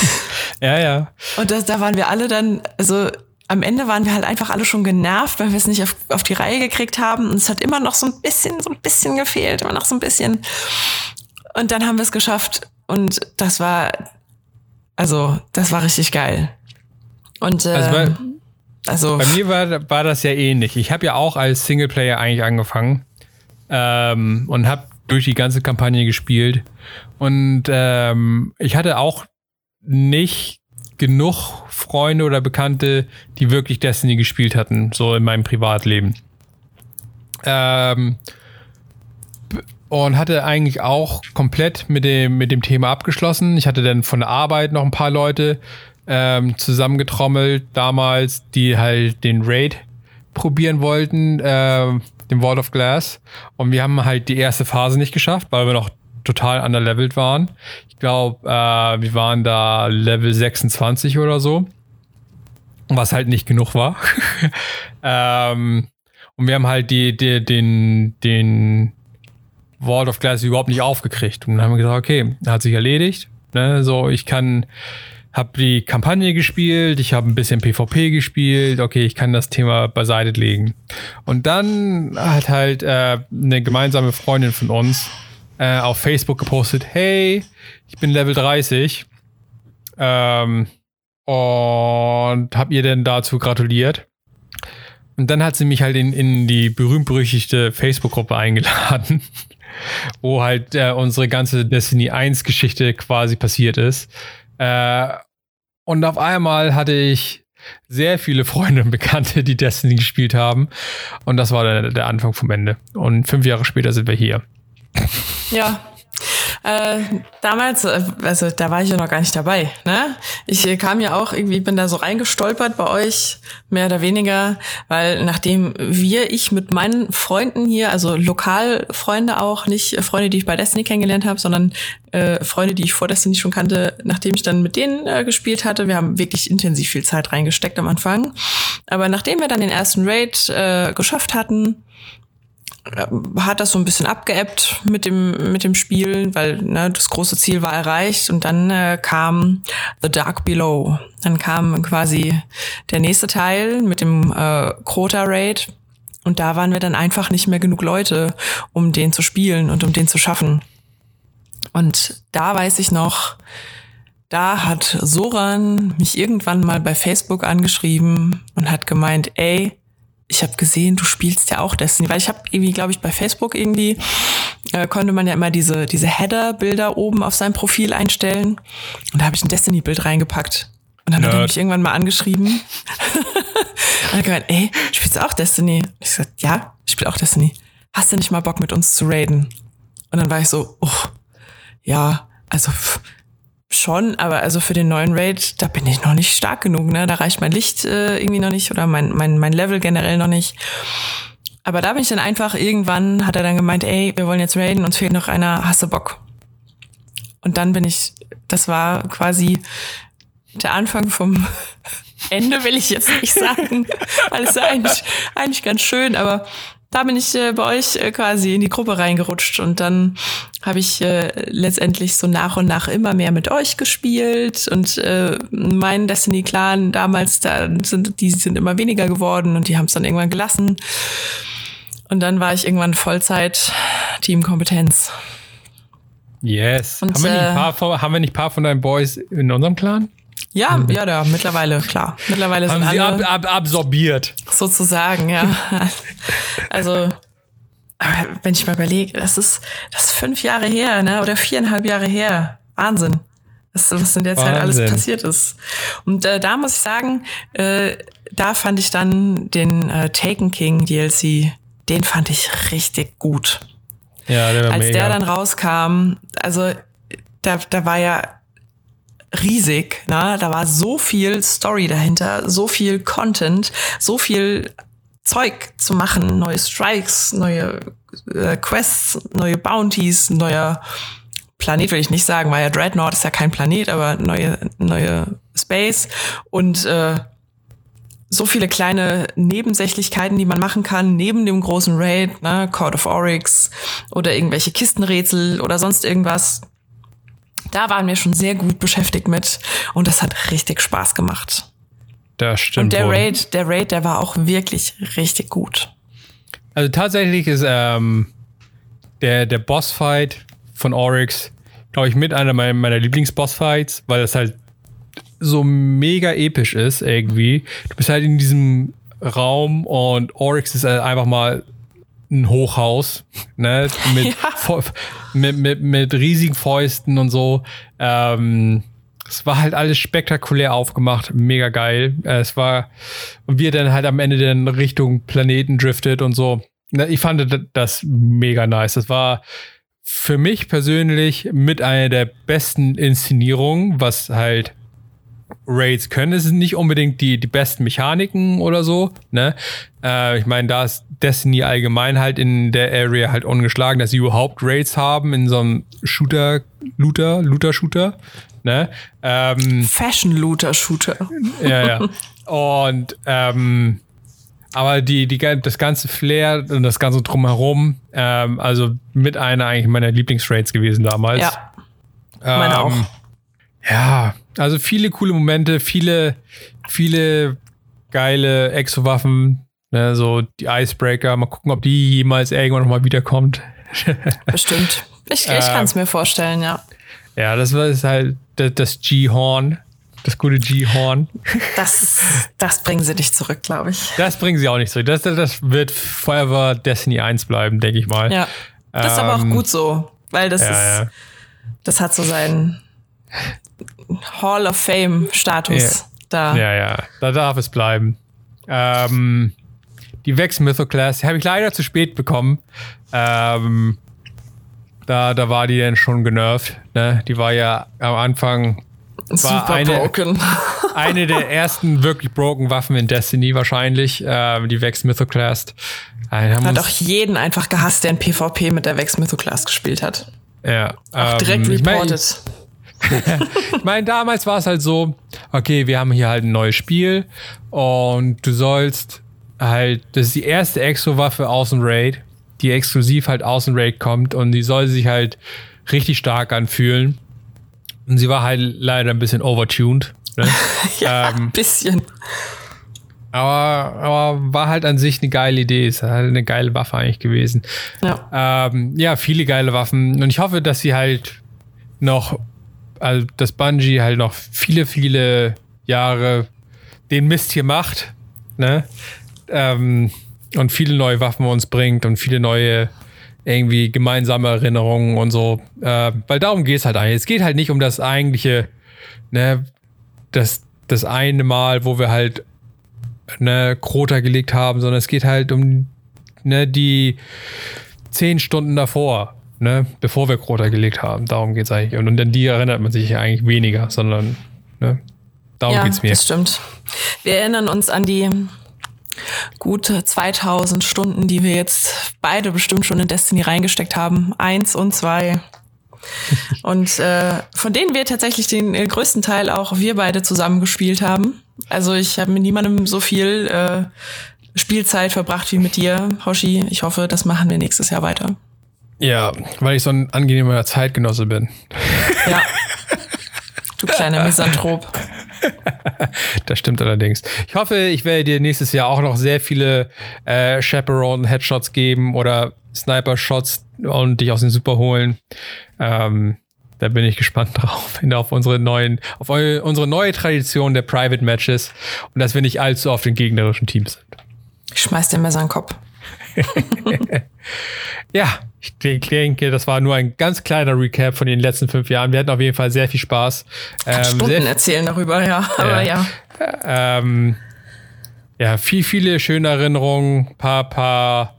Ja. Und da waren wir alle dann, also am Ende waren wir halt einfach alle schon genervt, weil wir es nicht auf die Reihe gekriegt haben. Und es hat immer noch so ein bisschen gefehlt, immer noch so ein bisschen. Und dann haben wir es geschafft. Und das war richtig geil. Und bei mir war das ja ähnlich. Ich habe ja auch als Singleplayer eigentlich angefangen und habe durch die ganze Kampagne gespielt. Und ich hatte auch nicht genug Freunde oder Bekannte, die wirklich Destiny gespielt hatten, so in meinem Privatleben. Und hatte eigentlich auch komplett mit dem Thema abgeschlossen. Ich hatte dann von der Arbeit noch ein paar Leute zusammengetrommelt damals, die halt den Raid probieren wollten, den Vault of Glass. Und wir haben halt die erste Phase nicht geschafft, weil wir noch total underlevelt waren. Ich glaube, wir waren da Level 26 oder so. Was halt nicht genug war. Und Und wir haben halt den Vault of Glass überhaupt nicht aufgekriegt. Und dann haben wir gesagt, okay, hat sich erledigt. Ne? So, habe die Kampagne gespielt, ich habe ein bisschen PvP gespielt, okay, ich kann das Thema beiseite legen. Und dann hat halt eine gemeinsame Freundin von uns auf Facebook gepostet, hey, ich bin Level 30 und hab ihr denn dazu gratuliert. Und dann hat sie mich halt in die berühmt-berüchtigte Facebook-Gruppe eingeladen, wo halt unsere ganze Destiny 1 Geschichte quasi passiert ist. Und auf einmal hatte ich sehr viele Freunde und Bekannte, die Destiny gespielt haben. Und das war der Anfang vom Ende. Und 5 Jahre später sind wir hier. Ja. Damals, also da war ich ja noch gar nicht dabei, ne? Ich kam ja auch irgendwie, bin da so reingestolpert bei euch, mehr oder weniger, weil nachdem ich mit meinen Freunden hier, also Lokalfreunde auch, nicht Freunde, die ich bei Destiny kennengelernt habe, sondern Freunde, die ich vor Destiny schon kannte, nachdem ich dann mit denen gespielt hatte, wir haben wirklich intensiv viel Zeit reingesteckt am Anfang, aber nachdem wir dann den ersten Raid geschafft hatten, hat das so ein bisschen abgeebbt mit dem Spielen, weil das große Ziel war erreicht und dann kam The Dark Below. Dann kam quasi der nächste Teil mit dem Crota Raid und da waren wir dann einfach nicht mehr genug Leute, um den zu spielen und um den zu schaffen. Und da weiß ich noch, da hat Soran mich irgendwann mal bei Facebook angeschrieben und hat gemeint, ey, ich habe gesehen, du spielst ja auch Destiny, weil ich habe irgendwie, glaube ich, bei Facebook irgendwie konnte man ja immer diese Header-Bilder oben auf sein Profil einstellen und da habe ich ein Destiny-Bild reingepackt und dann hat er mich irgendwann mal angeschrieben und hat gemeint, ey, spielst du auch Destiny? Und ich gesagt, ja, ich spiele auch Destiny. Hast du nicht mal Bock mit uns zu raiden? Und dann war ich so, ja, also schon, aber also für den neuen Raid, da bin ich noch nicht stark genug, ne? Da reicht mein Licht irgendwie noch nicht oder mein Level generell noch nicht. Aber da bin ich dann einfach, irgendwann hat er dann gemeint, ey, wir wollen jetzt raiden, uns fehlt noch einer, hast du Bock? Und dann das war quasi der Anfang vom Ende, will ich jetzt nicht sagen. Alles eigentlich ganz schön, aber da bin ich bei euch quasi in die Gruppe reingerutscht und dann habe ich letztendlich so nach und nach immer mehr mit euch gespielt und mein Destiny-Clan damals, die sind immer weniger geworden und die haben es dann irgendwann gelassen und dann war ich irgendwann Vollzeit Teamkompetenz. Yes. Und, haben wir nicht ein paar von deinen Boys in unserem Clan? Ja, mittlerweile, klar. Mittlerweile sind haben alle sie absorbiert. Sozusagen, ja. Also, wenn ich mal überlege, das ist 5 Jahre her, ne? Oder 4,5 Jahre her. Wahnsinn. Was in der Zeit alles passiert ist. Und da muss ich sagen, da fand ich dann den Taken King DLC, den fand ich richtig gut. Ja, der war Als mega. der dann rauskam, also da war ja riesig, ne? Da war so viel Story dahinter, so viel Content, so viel Zeug zu machen, neue Strikes, neue Quests, neue Bounties, neuer Planet will ich nicht sagen, weil ja Dreadnought ist ja kein Planet, aber neue Space und so viele kleine Nebensächlichkeiten, die man machen kann, neben dem großen Raid, ne? Court of Oryx oder irgendwelche Kistenrätsel oder sonst irgendwas. Da waren wir schon sehr gut beschäftigt mit und das hat richtig Spaß gemacht. Das stimmt. Und der Raid, der war auch wirklich richtig gut. Also tatsächlich ist der Bossfight von Oryx, glaube ich, mit einer meiner Lieblingsbossfights, weil das halt so mega episch ist irgendwie. Du bist halt in diesem Raum und Oryx ist halt einfach mal ein Hochhaus, ne, mit riesigen Fäusten und so. Es war halt alles spektakulär aufgemacht, mega geil. Und wie er dann halt am Ende dann Richtung Planeten driftet und so. Ich fand das mega nice. Das war für mich persönlich mit einer der besten Inszenierungen, was halt Raids können. Es sind nicht unbedingt die besten Mechaniken oder so, ne? Ich meine, da ist Destiny allgemein halt in der Area halt ungeschlagen, dass sie überhaupt Raids haben in so einem Looter-Shooter, ne? Fashion-Looter-Shooter. Ja. Und Aber das ganze Flair und das ganze Drumherum, also mit einer eigentlich meiner Lieblingsraids gewesen damals. Ja, meine auch. Ja, also viele coole Momente, viele geile Exo-Waffen, ne, so die Icebreaker. Mal gucken, ob die jemals irgendwann nochmal wiederkommt. Bestimmt. Ich kann es mir vorstellen, ja. Ja, das war halt das G-Horn. Das gute G-Horn. Das bringen sie nicht zurück, glaube ich. Das bringen sie auch nicht zurück. Das wird forever Destiny 1 bleiben, denke ich mal. Ja, das ist aber auch gut so, weil das das hat so seinen Hall of Fame Status da. Ja, da darf es bleiben. Die Vex Mythoclast, die habe ich leider zu spät bekommen. Da war die dann schon genervt. Ne? Die war ja am Anfang super broken. Eine der ersten wirklich broken Waffen in Destiny wahrscheinlich. Die Vex Mythoclast. Hat auch jeden einfach gehasst, der ein PvP mit der Vex Mythoclast gespielt hat. Ja. Auch direkt reported. Ich meine, damals war es halt so, okay, wir haben hier halt ein neues Spiel und du sollst halt, das ist die erste Exo-Waffe aus dem Raid, die exklusiv halt aus dem Raid kommt und die soll sich halt richtig stark anfühlen. Und sie war halt leider ein bisschen overtuned. Ne? Ja, ein bisschen. Aber war halt an sich eine geile Idee. Ist halt eine geile Waffe eigentlich gewesen. Ja. Viele geile Waffen. Und ich hoffe, dass sie halt noch, also dass Bungie halt noch viele, viele Jahre den Mist hier macht. Ne? Und viele neue Waffen uns bringt und viele neue irgendwie gemeinsame Erinnerungen und so. Weil darum geht es halt eigentlich. Es geht halt nicht um das eigentliche, ne, das eine Mal, wo wir halt Crota gelegt haben, sondern es geht halt um die 10 Stunden davor, ne, bevor wir Crota gelegt haben. Darum geht es eigentlich. Und an die erinnert man sich eigentlich weniger, sondern darum geht es mir. Ja, das stimmt. Wir erinnern uns an die gute 2000 Stunden, die wir jetzt beide bestimmt schon in Destiny reingesteckt haben. 1 und 2. Und von denen wir tatsächlich den größten Teil auch wir beide zusammen gespielt haben. Also ich habe mit niemandem so viel Spielzeit verbracht wie mit dir, Hoshi. Ich hoffe, das machen wir nächstes Jahr weiter. Ja, weil ich so ein angenehmer Zeitgenosse bin. Ja. Du kleiner Misanthrop. Das stimmt allerdings. Ich hoffe, ich werde dir nächstes Jahr auch noch sehr viele Chaperone-Headshots geben oder Sniper-Shots und dich aus den Super holen. Da bin ich gespannt drauf. Auf unsere neue Tradition der Private Matches und dass wir nicht allzu oft in gegnerischen Teams sind. Ich schmeiß dir Messer in den Kopf. Ja, ich denke, das war nur ein ganz kleiner Recap von den letzten 5 Jahren. Wir hatten auf jeden Fall sehr viel Spaß. Stunden erzählen darüber, ja. Aber ja. Viele schöne Erinnerungen, paar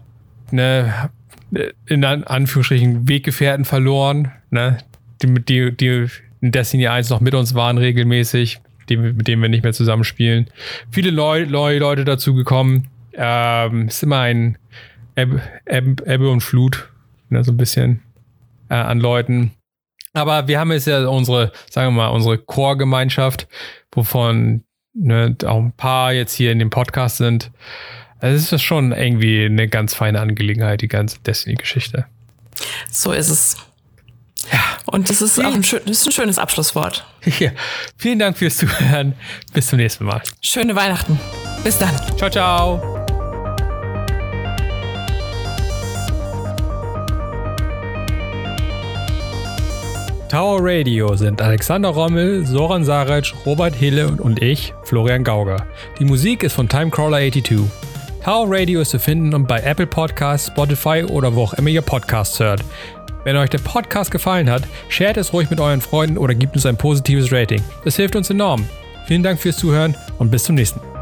in Anführungsstrichen Weggefährten verloren, ne? Die in Destiny 1 noch mit uns waren regelmäßig, mit denen wir nicht mehr zusammenspielen. Viele neue Leute dazugekommen. Ist immer ein Ebbe und Flut, ne, so ein bisschen an Leuten. Aber wir haben jetzt ja unsere Core-Gemeinschaft, wovon auch ein paar jetzt hier in dem Podcast sind. Also es ist schon irgendwie eine ganz feine Angelegenheit, die ganze Destiny-Geschichte. So ist es. Ja. Und das ist auch ein schönes Abschlusswort. Ja. Vielen Dank fürs Zuhören. Bis zum nächsten Mal. Schöne Weihnachten. Bis dann. Ciao, ciao. Tower Radio sind Alexander Rommel, Soran Saric, Robert Hille und ich, Florian Gauger. Die Musik ist von Timecrawler82. Tower Radio ist zu finden bei Apple Podcasts, Spotify oder wo auch immer ihr Podcasts hört. Wenn euch der Podcast gefallen hat, shared es ruhig mit euren Freunden oder gebt uns ein positives Rating. Das hilft uns enorm. Vielen Dank fürs Zuhören und bis zum nächsten Mal.